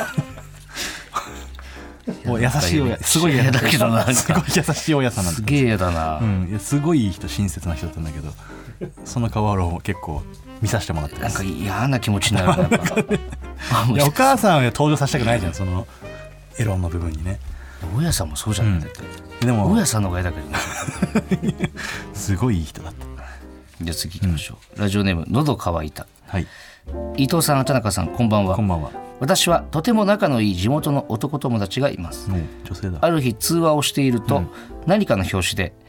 優しい親、すごい優しい、 だけどなんかすごい優しい親さんなんだ。 すげえ嫌だな、 うん、いやすごいいい人、親切な人だったんだけど、その顔は俺結構見させてもらってます。 なんか嫌な気持ちになるないやお母さんは登場させたくないじゃん、そのエロの部分にね。 大家さんもそうじゃない、うん、だって。でも大家さんの方が嫌だけどねすごいいい人だった。 じゃあ次行きましょう、うん、ラジオネーム喉乾いた、 はい、 伊藤さん、畑中さん、こんばんは。 こんばんは。 私はとても仲のいい地元の男友達がいます、 うん、女性だ。 ある日通話をしていると、うん、何かの表紙で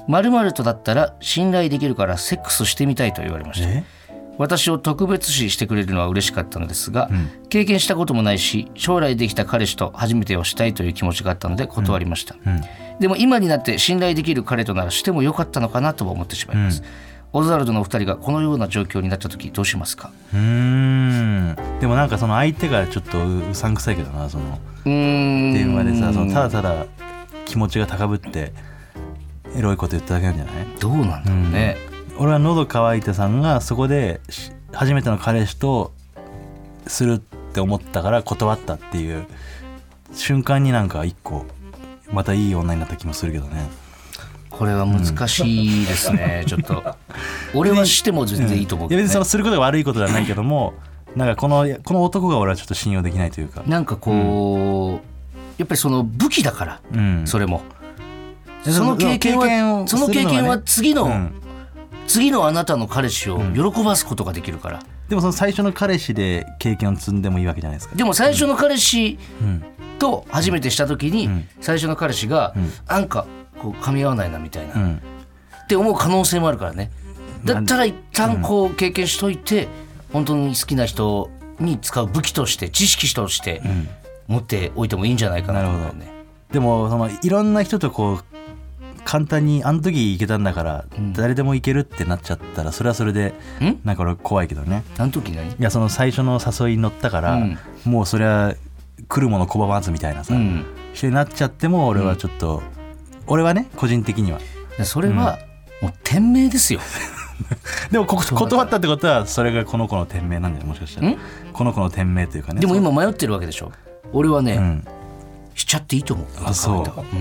〇〇とだったら信頼できるからセックスしてみたいと言われました。私を特別視してくれるのは嬉しかったのですが、うん、経験したこともないし将来できた彼氏と初めてをしたいという気持ちがあったので断りました、うんうん、でも今になって信頼できる彼とならしてもよかったのかなとも思ってしまいます、オズワルドのお二人がこのような状況になった時どうしますか。 うーん、でもなんかその相手がちょっとうさんくさいけどな、そのうーん電話でさ、そのただただ気持ちが高ぶってエロいこと言っただけなんじゃない。 どうなんだろうね、 うん、俺は喉乾いたさんがそこで初めての彼氏とするって思ったから断ったっていう瞬間になんか一個またいい女になった気もするけどね。 これは難しいですね、うん、ちょっと俺はしても全然いいと思うけど、ね、 いや別にそのすることが悪いことではないけどもなんかこのこの男が俺はちょっと信用できないというか、 なんかこう、うん、やっぱりその武器だから、うん、それもその経験はその経験は次の、うん、次のあなたの彼氏を喜ばすことができるから、うん、 でもその最初の彼氏で経験を積んでもいいわけじゃないですか。 でも最初の彼氏と初めてした時に、うん、最初の彼氏が、うん、なんかこう噛み合わないなみたいな、うん、って思う可能性もあるからね。だったら一旦こう経験しといて、うん、本当に好きな人に使う武器として知識として持っておいてもいいんじゃないかなと思うね、うん、なるほど。 でもそのいろんな人とこう簡単にあの時行けたんだから誰でも行けるってなっちゃったらそれはそれでなんか俺怖いけどね。 あの時何？いやその最初の誘いに乗ったから、うん、もうそれは来るもの拒まずみたいなさ、うん、人になっちゃっても俺はちょっと、うん、俺はね個人的にはそれはもう天命ですよでもこ断ったってことはそれがこの子の天命なんだよ、もしかしたらこの子の天命というかね。 でも今迷ってるわけでしょ。俺はね、うん、しちゃっていいと思う。 あ、そう、うん、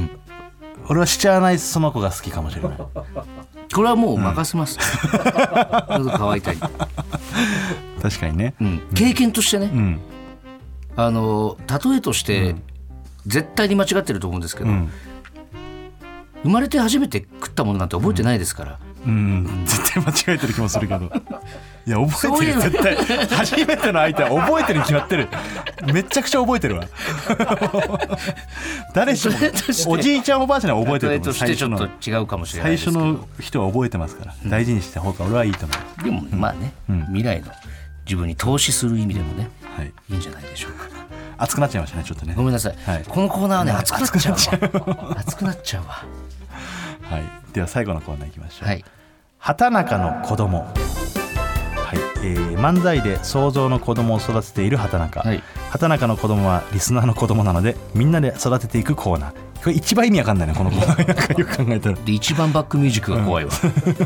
俺はしちゃわないその子が好きかもしれない。これはもう任せます、うん、喉乾いたり確かにね、 うん、経験としてね、うん、あの例えとして絶対に間違ってると思うんですけど、うん、生まれて初めて食ったものなんて覚えてないですから、 うんうん、絶対間違えてる気もするけどいや覚えてる、絶対初めての相手は覚えてるに決まってる。めちゃくちゃ覚えてるわ誰しもおじいちゃんおばあちゃんは覚えてると思う。 例えとしてちょっと違うかもしれないですけど最初の人は覚えてますから、大事にした方が俺はいいと思う。 でもまあね、うん、未来の自分に投資する意味でもね、 はい、 いいんじゃないでしょうか。 熱くなっちゃいましたねちょっとね。 ごめんなさい、はい、このコーナーはね熱くなっちゃうわ熱くなっちゃうわ。 はい、では最後のコーナーいきましょう。 はい、 畑中の子供。はい、えー、漫才で想像の子供を育てている畑中、はい、畑中の子供はリスナーの子供なのでみんなで育てていくコーナー。これ一番意味わかんないねこのコーナーよく考えたら。 で一番バックミュージックが怖いわ、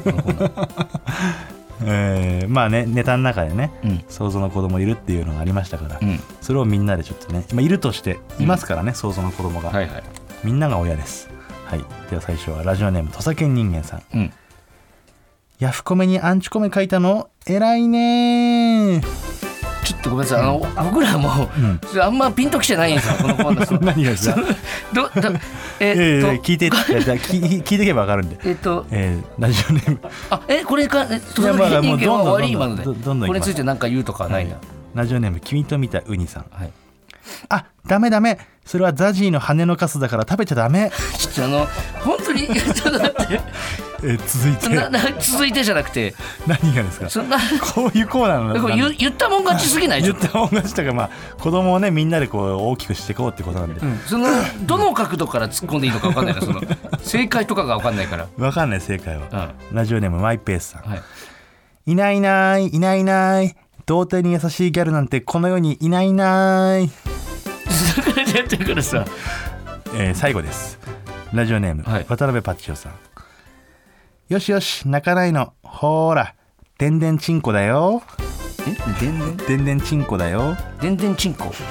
うんえー、まあねネタの中でね、うん、想像の子供いるっていうのがありましたから、うん、それをみんなでちょっとね、まあ、いるとしていますからね、うん、想像の子供が、はいはい、みんなが親です。はい、では最初はラジオネーム土佐犬人間さん、うん、ヤフコメにアンチコメ書いたの偉いね。 ちょっとごめんなさい、あの、うん、僕らも、うん、あんまピンときてないんですよこのコーナー。 何がですかどどえー、っと、えー、聞いて聞いていけば分かるんで、 えー、っと、 えー、ラジオネームあえこれか土佐犬人間は悪い今のでこれについて何か言うとかはないんだ、はい、 ラジオネーム君と見たウニさん、はい、あダメダメそれはザジーの羽のカスだから食べちゃダメ。 ちょっとあの本当にちょっと待ってえ続いてなな続いてじゃなくて何がですか。そんなこういうコーナーの言, 言ったもん勝ちすぎない。 言ったもん勝ちとか、まあ、子供をねみんなでこう大きくしていこうってことなんで、うん、 そのどの角度から突っ込んでいいのか分かんないからその正解とかが分かんないから分かんない正解は、うん、ラジオネームマイペースさん、はい、いないいないいないいない童貞に優しいギャルなんてこの世にいないいないだからやってるからさ、 えー、最後です。ラジオネーム、はい、渡辺パッチオさん。よしよし泣かないのほーらでんでんちんこだよ。 えでんでんでんでんちんこだよ。 でんでんちんこ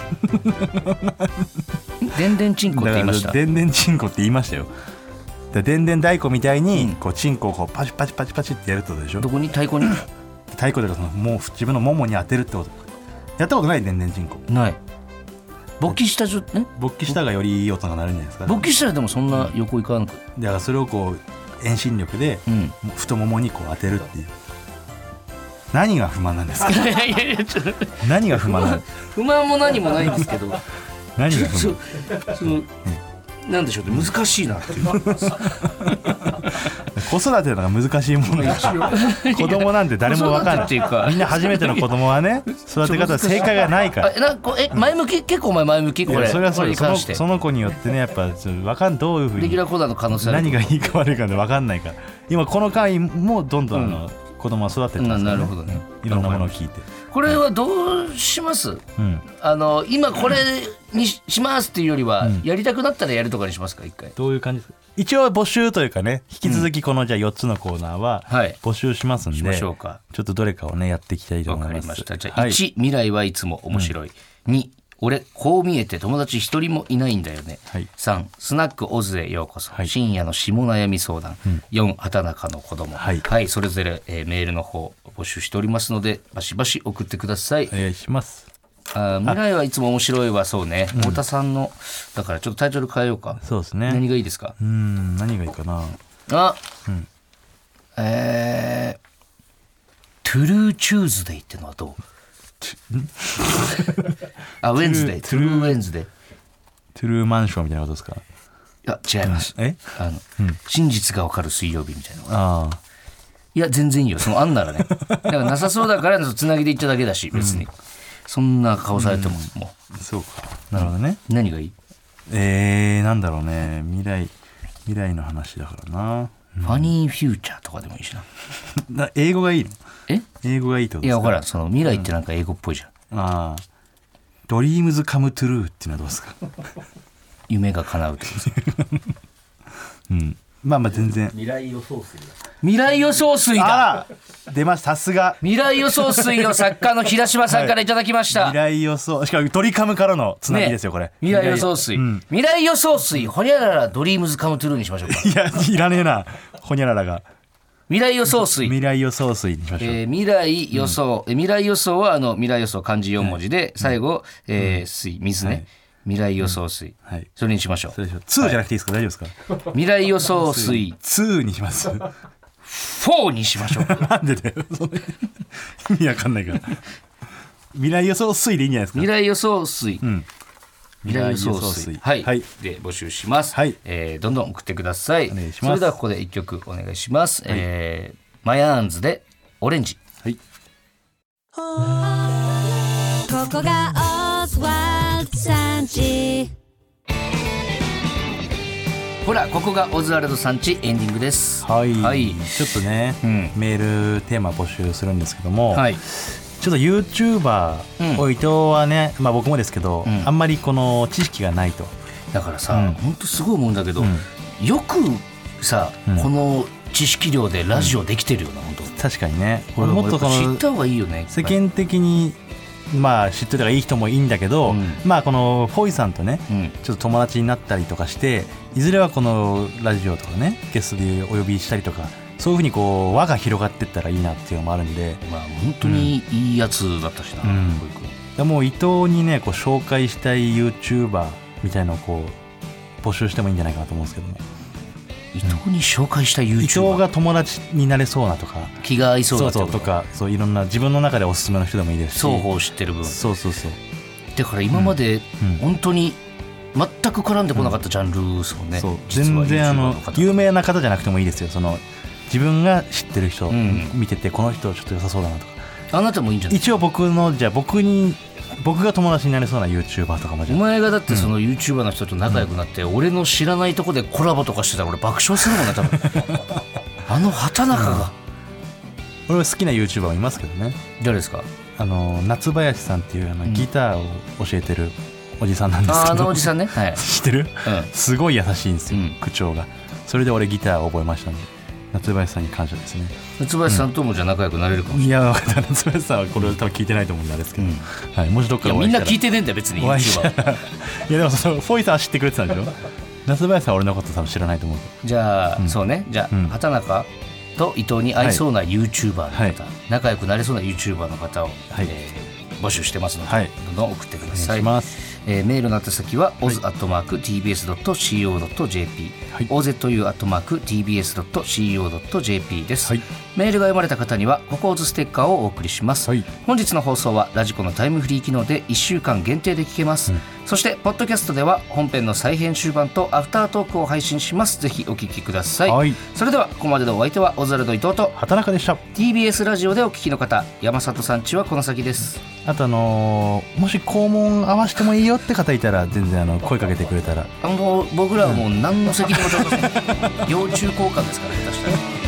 でんでんちんこって言いました。 でんでんちんこって言いましたよ。でんでん太鼓みたいに、うん、こうチンコをこうパチパチパチパチってやるってことでしょ。 どこに太鼓に太鼓でそのもう自分のももに当てるってこと。やったことないでんでんちんこ。 ない。勃起したじゅね勃起したがよりいい音が鳴るんじゃないですか。 勃起したらでもそんな横いかなく、 うん、だからそれをこう遠心力で太ももにこう当てるっていう、うん、何が不満なんですか。いやいやいやちょっと何が不満なん不満も何もないんですけど何が不満その、うんなんでしょうね難しいなっていう子育てのが難しいものです子供なんて誰も分かんないっていうかみんな初めての子供はね育て方正解がないからえなえ前向き結構前前向きこれそれはそれそのその子によってねやっぱ分かんどういうふうにレギュラーコーナーの可能性何がいいか悪いかで分かんないから今この回もどんどんあの、うん、子供は育ってってますからね、うん、なるほどねいろんなものを聞いてこれはどうします、うん、あの今これに し, しますっていうよりは、うん、やりたくなったらやるとかにしますか一回。 どういう感じですか。一応募集というかね引き続きこのじゃあよっつのコーナーは募集しますんで、はい、しましょうか。ちょっとどれかをねやっていきたいと思います。わかりました。 じゃあ、はい、いち未来はいつも面白い、うん、に俺こう見えて友達一人もいないんだよね、はい、さんスナックオズへようこそ、はい、深夜の下悩み相談、うん、よん畑中の子供、はいはい、それぞれ、えー、メールの方募集しておりますのでバシバシ送ってください。 お願いします。 あ未来はいつも面白いはそうね、うん、太田さんのだからちょっとタイトル変えようか。 そうですね。 何がいいですか。 うーん何がいいかなあ、うん、えー、トゥルーチューズデイってのはどうあウェンズデイトゥルーウェンズデイトゥルーマンションみたいなことですか。 いや違います、 うん、えあの、うん、真実がわかる水曜日みたいな。あいや全然いいよそのあんならねだからなさそうだからつなぎでいっただけだし別に、うん、そんな顔されても、うん、もうそうかなるほどね。 何がいい。 えー、なんだろうね未来未来の話だからな、 うん、ファニーフューチャーとかでもいいしなな英語がいいの。 え英語がいいってことですか。 いや分からんその未来ってなんか英語っぽいじゃん、 うん、ああドリームズカムトゥルーっていうのはどうですか夢が叶うってことですかうんまあまあ全然未来予想水だ未来予想水だ出ます。さすが未来予想水を作家の平島さんからいただきました、はい、 未来予想しかもドリカムからのつなぎですよ、ね、これ未来予想水、うん、未来予想水ほにゃららドリームズカムトゥルーにしましょうか。 いやいらねえなほにゃららが未来予想水未来予想水にしましょう、 えー、未来予想、うん、未来予想はあの未来予想漢字よん文字で、はい、最後、えー、水水ね、はい未来予想水、うんはい、それにしましょう。 ツーじゃなくていいですか、はい、大丈夫ですか。 未来予想水ツーにします。 フォーにしましょう。 なんでだよ意味わかんないから未来予想水でいいんじゃないですか。 未来予想水、うん、未来予想水はい、はい、で募集します、はいえー、どんどん送ってください。お願いします。それではここでいっきょくお願いします、はいえー、マヤーンズでオレンジ。はいとこがオズワルドさんち。 ほらここがオズワルドさんちエンディングです。 はい、 はい、 ちょっとね、うん、メールテーマ募集するんですけども、はい、ちょっと YouTuber を伊藤はね、うんまあ、僕もですけど、うん、あんまりこの知識がないと。 だからさ、うん、ほんとすごい思うんだけど、うん、よくさ、うん、この知識量でラジオできてるよな、うん、本当。 確かにね。 これもっと知った方がいいよね。 世間的にまあ知ってたらいい人もいいんだけど、うん、まあこのフォイさんとね、うん、ちょっと友達になったりとかして、いずれはこのラジオとかねゲストでお呼びしたりとか、そういうふうにこう輪が広がっていったらいいなっていうのもあるんで、 まあ本当にいいやつだったしな、うん、 でもう伊藤にねこう紹介したい YouTuber みたいなのをこう募集してもいいんじゃないかなと思うんですけども、 伊藤に紹介した YouTuber、 伊藤が友達になれそうなとか気が合いそうなとか、そういろんな自分の中でおすすめの人でもいいですし、 双方知ってる分、 そうそうそう、 だから今まで本当に全く絡んでこなかったジャンルですもんね、うん、 そう全然あの有名な方じゃなくてもいいですよ。その自分が知ってる人、うん、見ててこの人ちょっと良さそうだなとか。 あなたもいいんじゃない。 一応僕のじゃあ僕に僕が友達になれそうな YouTuber とかもじゃお前がだってその YouTuber の人と仲良くなって、うん、俺の知らないとこでコラボとかしてたら俺爆笑するもんね多分あの畑中が、うん、 俺は好きな YouTuber もいますけどね。 誰ですか。 あの夏林さんっていうあのギターを教えてるおじさんなんですけど、 あのおじさんね、はい、 知ってる、うん、すごい優しいんですよ、うん、口調が。それで俺ギターを覚えましたので夏林さんに感謝ですね。 夏林さんともじゃ仲良くなれるかもしれない、 うん、いや夏林さんはこれ多分聞いてないと思うんであれですけど、うんはい、もしどっかでお会いしたら。 いやみんな聞いてねえんだよ別に YouTuber いやでもそのフォイさんは知ってくれてたんでしょ夏林さんは俺のこと多分知らないと思う。 じゃあ、うん、そうね、じゃあ、うん、畑中と伊藤に合いそうな YouTuber の方、はい、仲良くなれそうな YouTuber の方を、はいえー、募集してますので、はい、どんどん送ってください。お願いします。えー、メールの宛先は オズ アットマーク ティービーエス ドット シーオー ドット ジェーピー、はい、オーゼットユー アットマーク ティービーエス ドット シーオー ドット ジェーピー です、はい、メールが読まれた方にはココオズステッカーをお送りします、はい、本日の放送はラジコのタイムフリー機能でいっしゅうかん限定で聞けます、うん、そしてポッドキャストでは本編の再編集版とアフタートークを配信します。ぜひお聞きください、はい、それではここまでのお相手はオズワルド伊藤と畑中でした。 ティービーエス ラジオでお聞きの方、山里さんちはこの先です。 あとあのー、もし肛門合わせてもいいよって方いたら全然あの声かけてくれたら、 あの僕らはもう何の責任も取りません、うん、幼虫交換ですから下手したら